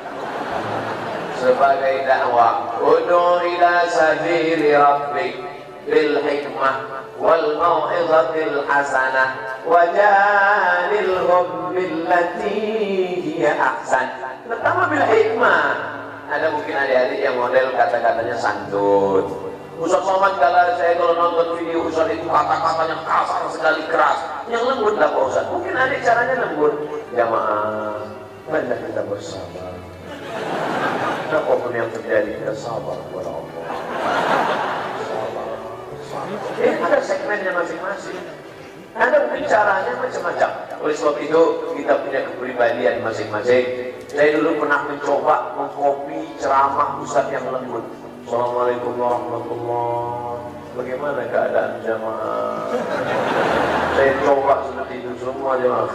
sebagai dakwah. Ud'u ila sabili rabbik bil hikmah wal mau'izatil hasanah wajadilhum billati hiya ahsan. Pertama bil hikmah. Ada mungkin adik-adik yang model kata-katanya santun. Ustaz Somad kalau saya kalau nonton video Ustaz itu kata-katanya kasar sekali, keras. Yang lembut lah Pak Ustaz. Mungkin adik caranya lembut. Jamaah, banyak kita bersabar. Apapun yang terjadi kita sabar kepada Allah. Eh, ada segmennya masing-masing. Ada mungkin caranya macam-macam. Oleh sebab itu kita punya kepribadian masing-masing. Saya dulu pernah mencoba mengkopi ceramah Ustaz yang lembut. Assalamualaikum warahmatullahi wabarakatuh. Bagaimana keadaan jamaah? Saya coba seperti itu semua jamaah.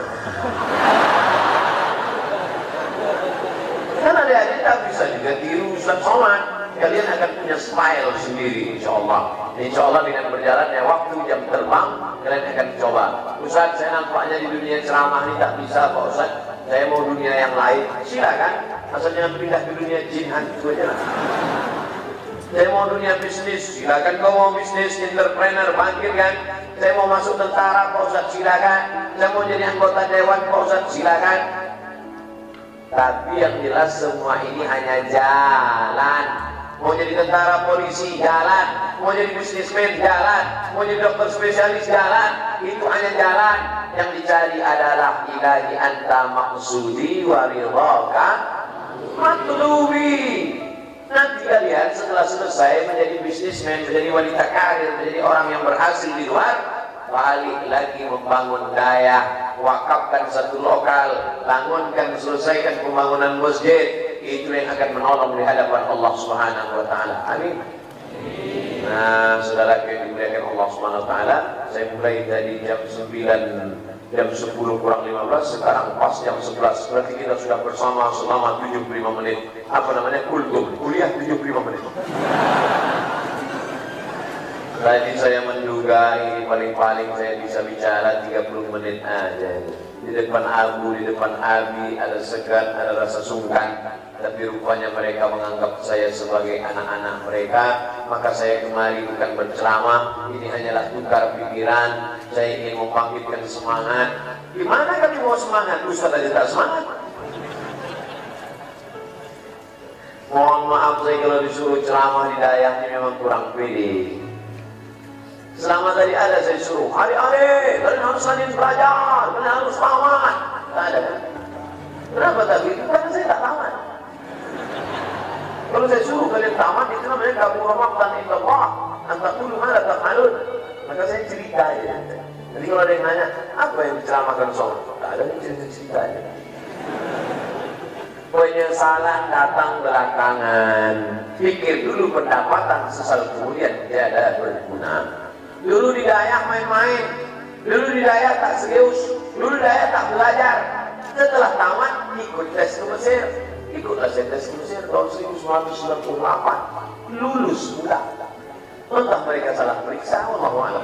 Kan ada-ada tak bisa juga tiru Ustaz Somad. Kalian akan punya style sendiri insya Allah. Insya Allah dengan berjalannya waktu jam terbang kalian akan coba. Ustaz, saya nampaknya di dunia ceramah ini tak bisa Pak Ustaz. Saya mau dunia yang lain. Silakan. Asalnya pindah ke dunia jin hantu aja lah. Saya mau dunia bisnis. Silakan kau mau bisnis, entrepreneur, bangkit kan. Saya mau masuk tentara Pak Ustaz. Silakan. Saya mau jadi anggota dewan Pak Ustaz. Silakan. Tapi yang jelas semua ini hanya jalan. Mau jadi tentara, polisi, jalan. Mau jadi bisnismen, jalan. Mau jadi dokter spesialis, jalan. Itu hanya jalan. Yang dicari adalah ilahi anta maksudi wa ridhaka matlubi. Nanti kalian setelah selesai menjadi bisnismen, menjadi wanita karir, menjadi orang yang berhasil di luar, balik lagi membangun daya, wakafkan satu lokal, bangunkan, selesaikan pembangunan masjid. Itu yang akan menolong di hadapan Allah Subhanahu wa taala. Amin. Nah, saudara yang dimuliakan Allah Subhanahu wa taala, saya mulai dari jam sembilan, jam sepuluh kurang lima belas, sekarang pas jam sebelas. Berarti kita sudah bersama selama tujuh puluh lima menit. Apa namanya? Kultum, kuliah tujuh puluh lima menit. Tadi saya menduga ini paling-paling saya bisa bicara tiga puluh menit aja. Di depan Abu, di depan Abi ada segan, ada rasa sungkan. Tapi rupanya mereka menganggap saya sebagai anak-anak mereka. Maka saya kemari bukan berceramah. Ini hanyalah tukar pikiran. Saya ingin membangkitkan semangat. Gimana kami mau semangat? Ustaz aja tak semangat. Mohon maaf saya kalau disuruh ceramah di dayahnya memang kurang pede. Selama tadi ada saya suruh, hari-hari kalian harus rajin belajar, kalian harus tamat. Tak ada kan? Kenapa tak begitu? Karena saya tak tamat. Kalau saya suruh kalian tamat, itu namanya kabur maqtan illallah. Anta qulu ma la taf'alun. Maka saya cerita aja. Jadi kalau ada yang nanya, apa yang diceramahkan Somad? Tak ada yang cerita-cerita aja. Penyesalan datang belakangan. Pikir dulu pendapatan, sesal kemudian tiada berguna. Dulu di Dayak main-main, dulu di Dayak tak serius, dulu di Dayak tak belajar. Setelah tamat ikut tes ke Mesir, ikutlah saya tes ke Mesir tahun seribu sembilan ratus sembilan puluh delapan, lulus pula. Entah mereka salah periksa, wallahu a'lam.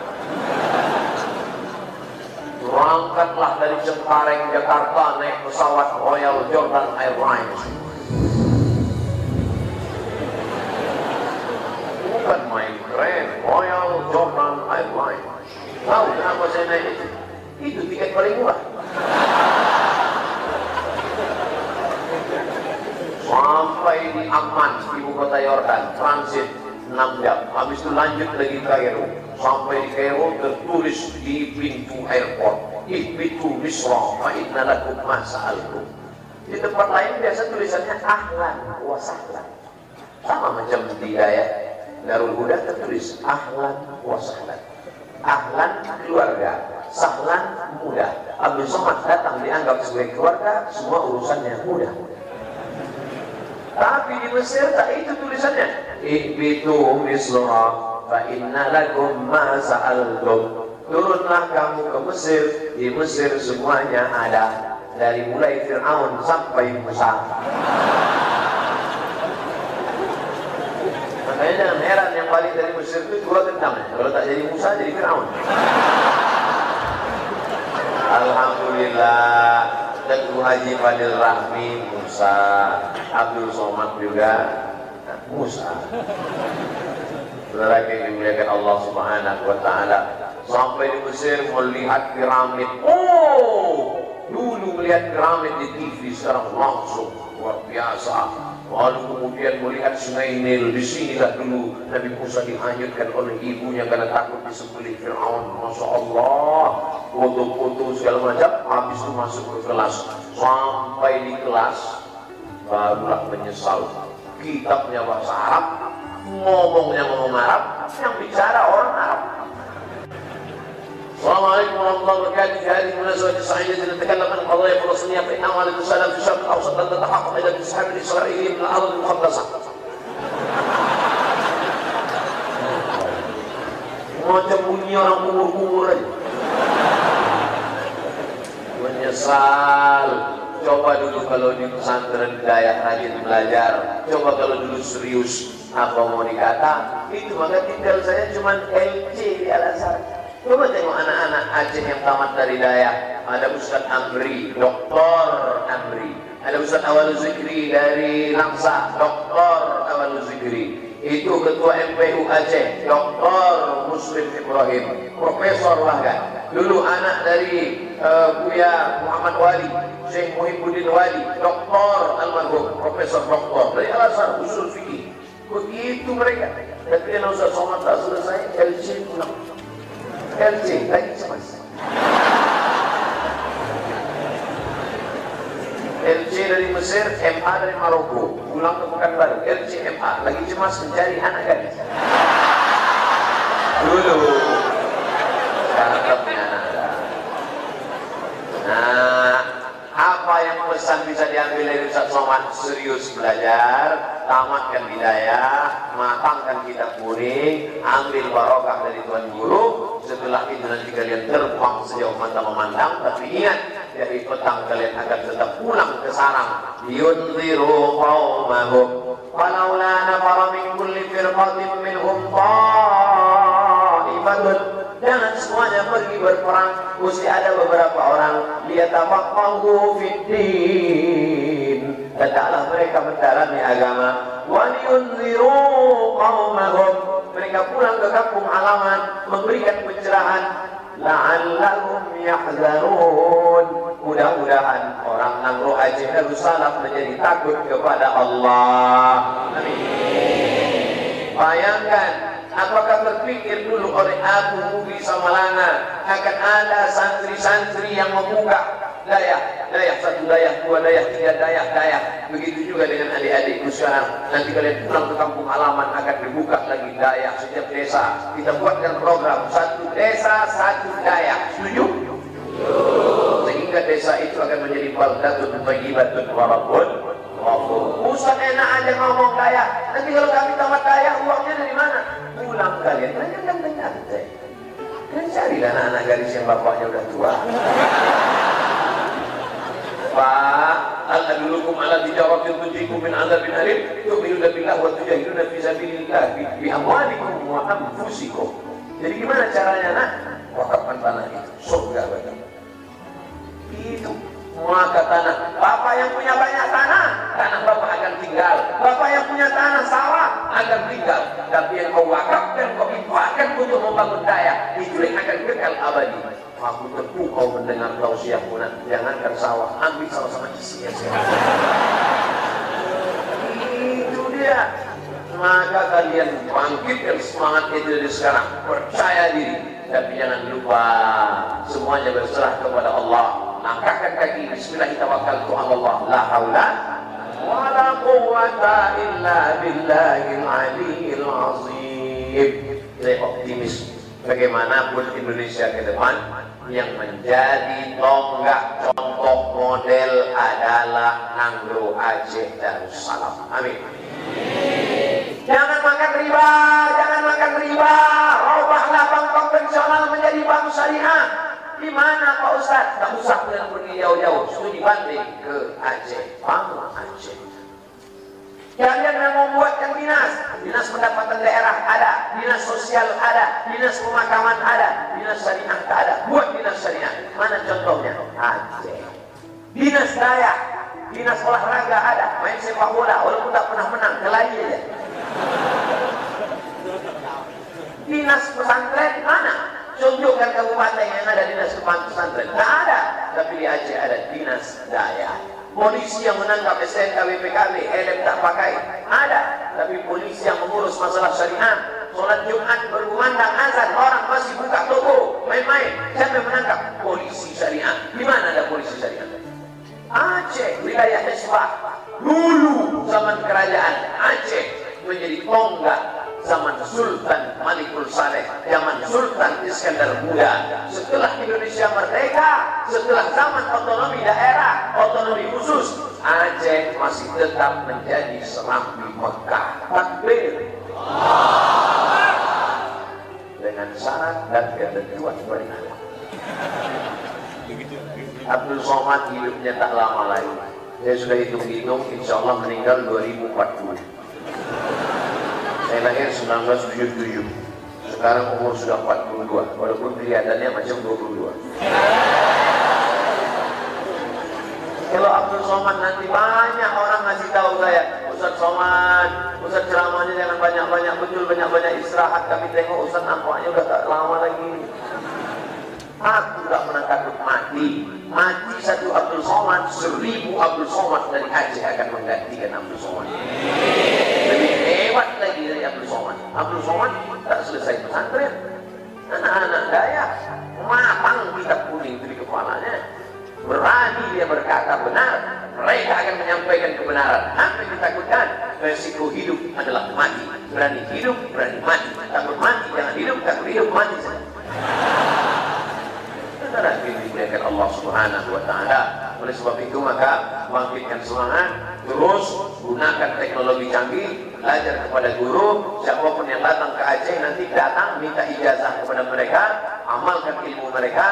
Berangkatlah dari Cengkareng, Jakarta naik pesawat Royal Jordan Airlines. Bukan main keren, Royal Jordan Airlines. Tahu kenapa saya naik itu? Itu tiket paling murah. Sampai di Amman, ibu kota Yordan, transit enam jam. Habis itu lanjut lagi ke Kairo. Sampai di Kairo tertulis di pintu airport, ihbitu Misra fa inna lakum ma sa'altum. Di tempat lain biasa tulisannya ahlan wa sahlan. Sama macam di Dayak Darul Huda tertulis ahlan wa sahlan. Ahlan keluarga, sahlan mudah. Abdul Somad datang dianggap sebagai keluarga, semua urusannya mudah. Tapi di Mesir tak itu tulisannya. Ihbitu Misra fa inna lakum ma sa'altum. Turunlah kamu ke Mesir. Di Mesir semuanya ada, dari mulai Fir'aun sampai Musa. Makanya jangan heran yang balik dari Mesir itu dua gendang. Kalau tak jadi Musa, jadi Fir'aun. Alhamdulillah, Teguh Haji Fadil Rahmi Musa, Abdul Somad juga Musa. Saudara yang dimuliakan Allah Subhanahu wa taala, sampai di Mesir melihat piramid. Oh, dulu melihat piramid di T V, sekarang langsung luar biasa. Lalu kemudian melihat Sungai Nil. Di sinilah dulu Nabi Musa dihanyutkan oleh ibunya karena takut disembelih Fir'aun. Masya Allah, foto-foto segala macam. Habis itu masuk ke kelas. Sampai di kelas barulah menyesal. Kitabnya bahasa Arab, ngomongnya ngomong Arab, yang bicara orang Arab. Assalamualaikum warahmatullahi wabarakatuh. Di hadhihi munasabah sa'idah natakallam an qadaya Rasulullah fa innahu alaihi wasallam fi syarq al-awsat dan tatahaqqaq ila ishab al-isra'ili min al-ardh al-muqaddasah. Macam bunyi orang kumur-kumur aja. Menyesal. Coba dulu kalau di pesantren Dayak rajin belajar. Coba kalau dulu serius apa mau dikata, itu maka tinggal saya cuma L C di Al-Azhar. Coba tengok anak-anak Aceh yang tamat dari Dayak. Ada Ustaz Amri, Doktor Amri. Ada Ustaz Awal Zikri dari Langsa, Doktor Awal Zikri. Itu Ketua M P U Aceh, Doktor Muslim Ibrahim, Profesor bahkan. Dulu anak dari uh, Buya Muhammad Wali, Syekh Muhyiddin Wali, Doktor almarhum, Profesor Doktor dari Al-Azhar, usul fikih. Begitu mereka. Tapi kalau Ustaz Somad tak selesai, L C pulang. L C lagi cemas. L C dari Mesir, M A dari Maroko, pulang ke Pekanbaru. L C M A lagi cemas mencari anak gadis. Dulu sekarang tak punya anak. Nah, apa yang pesan bisa diambil dari Ustaz Somad? Serius belajar, tamatkan hidayah, matangkan kitab kuning, ambil barokah dari Tuhan Guru. Setelah itu nanti kalian terbang sejauh mata memandang. Tapi ingat, dari petang kalian akan tetap pulang ke sarang. Yunziru qawmahum walaula nafara min kulli firqatin minhum ta'ifatun. Jangan semuanya pergi berperang, mesti ada beberapa orang liyatafaqahu fiddin, hendaklah mereka mendalami agama. Wa liyunziru qaumahum, mereka pulang ke kampung halaman memberikan pencerahan. La'allahum yahzarun, mudah-mudahan orang Nangro Aceh Darussalam menjadi takut kepada Allah. Amin. Bayangkan, apakah berpikir dulu oleh Abu Mubi Samalanga akan ada santri-santri yang membuka Dayak, Dayak satu, Dayak dua, Dayak tiga, Dayak, Dayak. Begitu juga dengan adik-adikku sekarang. Nanti kalian pulang ke kampung halaman akan dibuka lagi Dayak setiap desa. Kita buatkan program satu desa satu Dayak. Setuju? Sehingga desa itu akan menjadi baldatun thayyibatun wa rabbun Ustaz enak aja ngomong kaya. Nanti kalau kami tamat kaya, uangnya dari mana? Pulang kalian, kalian kan nyantai. Kalian cari anak-anak gadis yang bapaknya udah tua. Pak, al-adulukum ala tijaratin tunjikum min adzabin alim, tu'minuna billah wa tujahiduna fi sabilillah bi amwalikum wa anfusikum. Jadi gimana caranya, nak? Wakafkan tanah itu, surga bagi. Itu maka tanah. Bapak yang punya banyak tanah, tanah bapak akan tinggal. Bapak yang punya tanah sawah akan tinggal. Tapi yang kau wakafkan, kau infakkan untuk membangun daya, itu yang akan kekal abadi. Aku tepu kau mendengar tausiahmu, jangankan sawah, ambil sama-sama isinya. Itu dia. Maka kalian bangkitkan semangatnya dari sekarang, percaya diri, tapi jangan lupa semuanya berserah kepada Allah. Langkahkan kaki, bismillahirrahmanirrahim, la haula wala quwwata illa billahil aliyyil azim. Saya optimis bagaimanapun Indonesia ke depan, yang menjadi tonggak contoh model adalah Nangro Aceh Darussalam. Amin. Jangan makan riba, jangan makan riba. Robahlah bank konvensional menjadi bank syariah. Di mana Pak Ustaz? Tak usah pergi jauh-jauh, studi banding ke Aceh, Bank Aceh. Kalian yang membuatkan dinas, dinas pendapatan daerah ada, dinas sosial ada, dinas pemakaman ada, dinas syariah tak ada. Buat dinas syariah. Mana contohnya? Aceh. Dinas daya, dinas olahraga ada, main sepak bola walaupun tak pernah menang, kelahi aja. Dinas pesantren mana? Tunjukkan kabupaten yang ada dinas pesantren. Tak ada. Tapi di Aceh ada dinas daya. Polisi yang menangkap S N K B P K B, helm tak pakai, ada. Tapi polisi yang mengurus masalah syariah, sholat Jumat berkumandang azan, orang masih buka toko, main-main. Siapa yang menangkap? Polisi syariah. Di mana ada polisi syariah? Aceh, wilayah Hizbah. Dulu zaman kerajaan Aceh menjadi tonggak zaman Sultan Malikul Saleh, zaman Sultan Iskandar Muda. Setelah Indonesia merdeka, setelah zaman otonomi daerah, otonomi khusus, Aceh masih tetap menjadi serambi Mekah. Takbir. Dengan syarat dan ketentuan berikut. Abdul Somad hidupnya tak lama lagi. Saya sudah hitung-hitung, insya Allah meninggal dua ribu empat puluh. Saya lahir seribu sembilan ratus tujuh puluh tujuh. Sekarang umur sudah empat puluh dua, walaupun kelihatannya macam dua puluh dua. Kalau Abdul Somad nanti banyak orang ngasih tahu saya, Ustaz Somad, Ustaz ceramahnya jangan banyak-banyak, betul banyak-banyak istirahat. Kami tengok Ustaz nampaknya udah tak lama lagi. Aku tak pernah takut mati. Mati satu Abdul Somad, seribu Abdul Somad dari Aceh akan menggantikan Abdul Somad. Lebih hebat lagi dari Abdul Somad. Abdul Somad tak selesai pesantren. Anak-anak daya matang kitab kuning di kepalanya. Berani dia berkata benar. Mereka akan menyampaikan kebenaran. Apa yang ditakutkan? Resiko hidup adalah mati. Berani hidup, berani mati. Takut mati, jangan hidup. Takut hidup, mati saja. Saudara dimuliakan Allah Subhanahu wa taala. Oleh sebab itu maka bangkitkan semangat, terus gunakan teknologi canggih, belajar kepada guru. Siapapun yang datang ke Aceh nanti datang minta ijazah kepada mereka, amalkan ilmu mereka.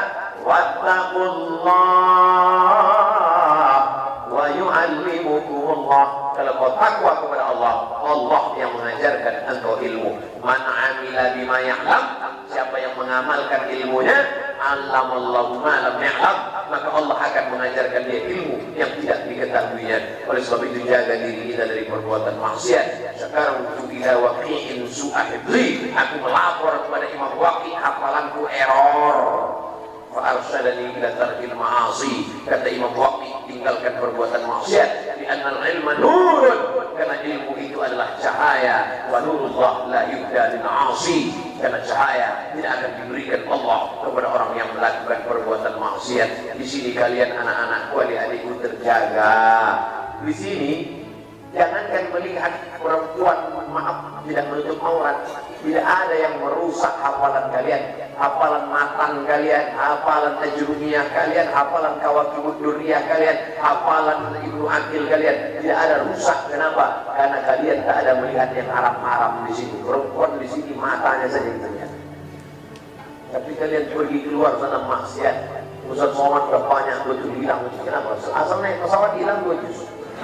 Wattaqullah wa yu'allimukumullah. Kalau kau takwa kepada Allah, Allah yang mengajarkan engkau ilmu. Man amila bima ya'lam, siapa yang mengamalkan ilmunya, allamallahu ma lam ya'lam, maka Allah akan mengajarkan dia ilmu yang tidak diketahuinya. Oleh sebab itu jaga diri kita dari perbuatan maksiat. Sekarang untuk ila waqi'in su'a hifzi, aku melapor kepada Imam Waqi, hafalanku error. Fa'arsyadani ila tarkil ma'asi, kata Imam Waqi, tinggalkan perbuatan maksiat. Di annal ilma nurun, karena ilmu itu adalah cahaya. Wa nurullah la yubda lil 'asi, karena cahaya tidak akan diberikan Allah kepada orang yang melakukan perbuatan maksiat. Di sini kalian anak-anakku, adik-adikku terjaga. Di sini jangankan melihat perempuan, maaf, tidak menutup aurat, tidak ada yang merusak hafalan kalian. hafalan matan kalian, hafalan tajrumiyah kalian, hafalan kawakibud durriyah kalian, hafalan Ibnu Aqil kalian. Tidak ada rusak. Kenapa? Karena kalian tak ada melihat yang haram-haram di sini. Perempuan di sini matanya saja kita lihat. Tapi kalian pergi keluar sana maksiat. Ustaz Somad udah banyak betul hilang. Kenapa? Asal naik pesawat hilang dua juz.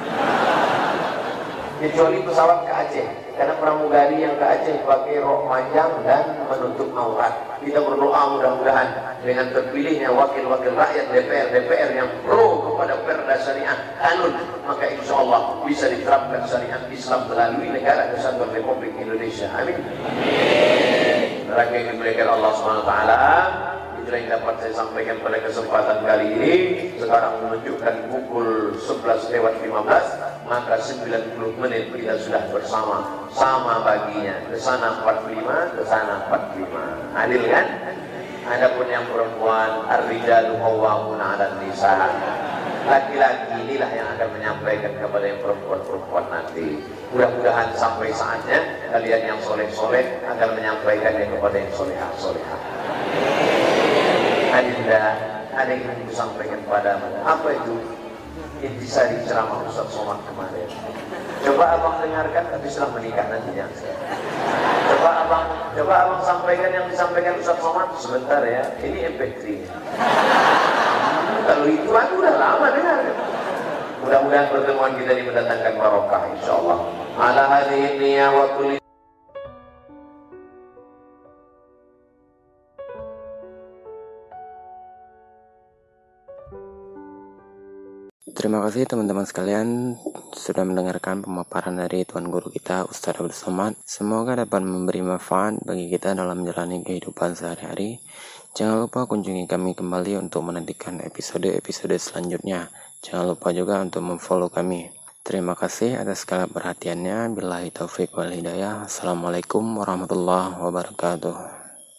Kecuali pesawat ke Aceh, karena pramugari yang ke Aceh pakai rok panjang dan menutup aurat. Kita berdoa mudah-mudahan dengan terpilihnya wakil-wakil rakyat D P R D P R yang pro kepada perda syariah kanun, maka insya Allah bisa diterapkan syariat Islam melalui negara kesatuan Republik Indonesia. Amin. Neraka yang dimuliakan Allah Subhanahu Wa Taala. Itulah yang dapat saya sampaikan pada kesempatan kali ini. Sekarang menunjukkan pukul sebelas lewat lima belas, maka sembilan puluh menit kita sudah bersama, sama baginya. Ke sana empat puluh lima, ke sana empat puluh lima. Adil kan? Adapun yang perempuan, ar-rijalu qawwamuna 'alan nisa. Laki-laki inilah yang akan menyampaikan kepada yang perempuan-perempuan nanti. Mudah-mudahan sampai saatnya kalian yang soleh-soleh akan menyampaikannya kepada yang solehah-solehah. Adinda, ada yang ingin sampaikan padamu. Apa itu intisari ceramah Ustaz Somad kemarin? Coba abang dengarkan, tapi setelah menikah nanti jangan saya. Coba abang, coba abang sampaikan yang disampaikan Ustaz Somad sebentar ya. Ini M P tiga. Kalau itu aku udah lama dengar. Mudah-mudahan pertemuan kita ini mendatangkan barokah insyaallah. Ala hadhihi niyyah wa kulli. Terima kasih teman-teman sekalian sudah mendengarkan pemaparan dari Tuan Guru kita Ustaz Abdul Somad. Semoga dapat memberi manfaat bagi kita dalam menjalani kehidupan sehari-hari. Jangan lupa kunjungi kami kembali untuk menantikan episode-episode selanjutnya. Jangan lupa juga untuk memfollow kami. Terima kasih atas segala perhatiannya. Billahi taufiq wal hidayah. Assalamualaikum warahmatullahi wabarakatuh.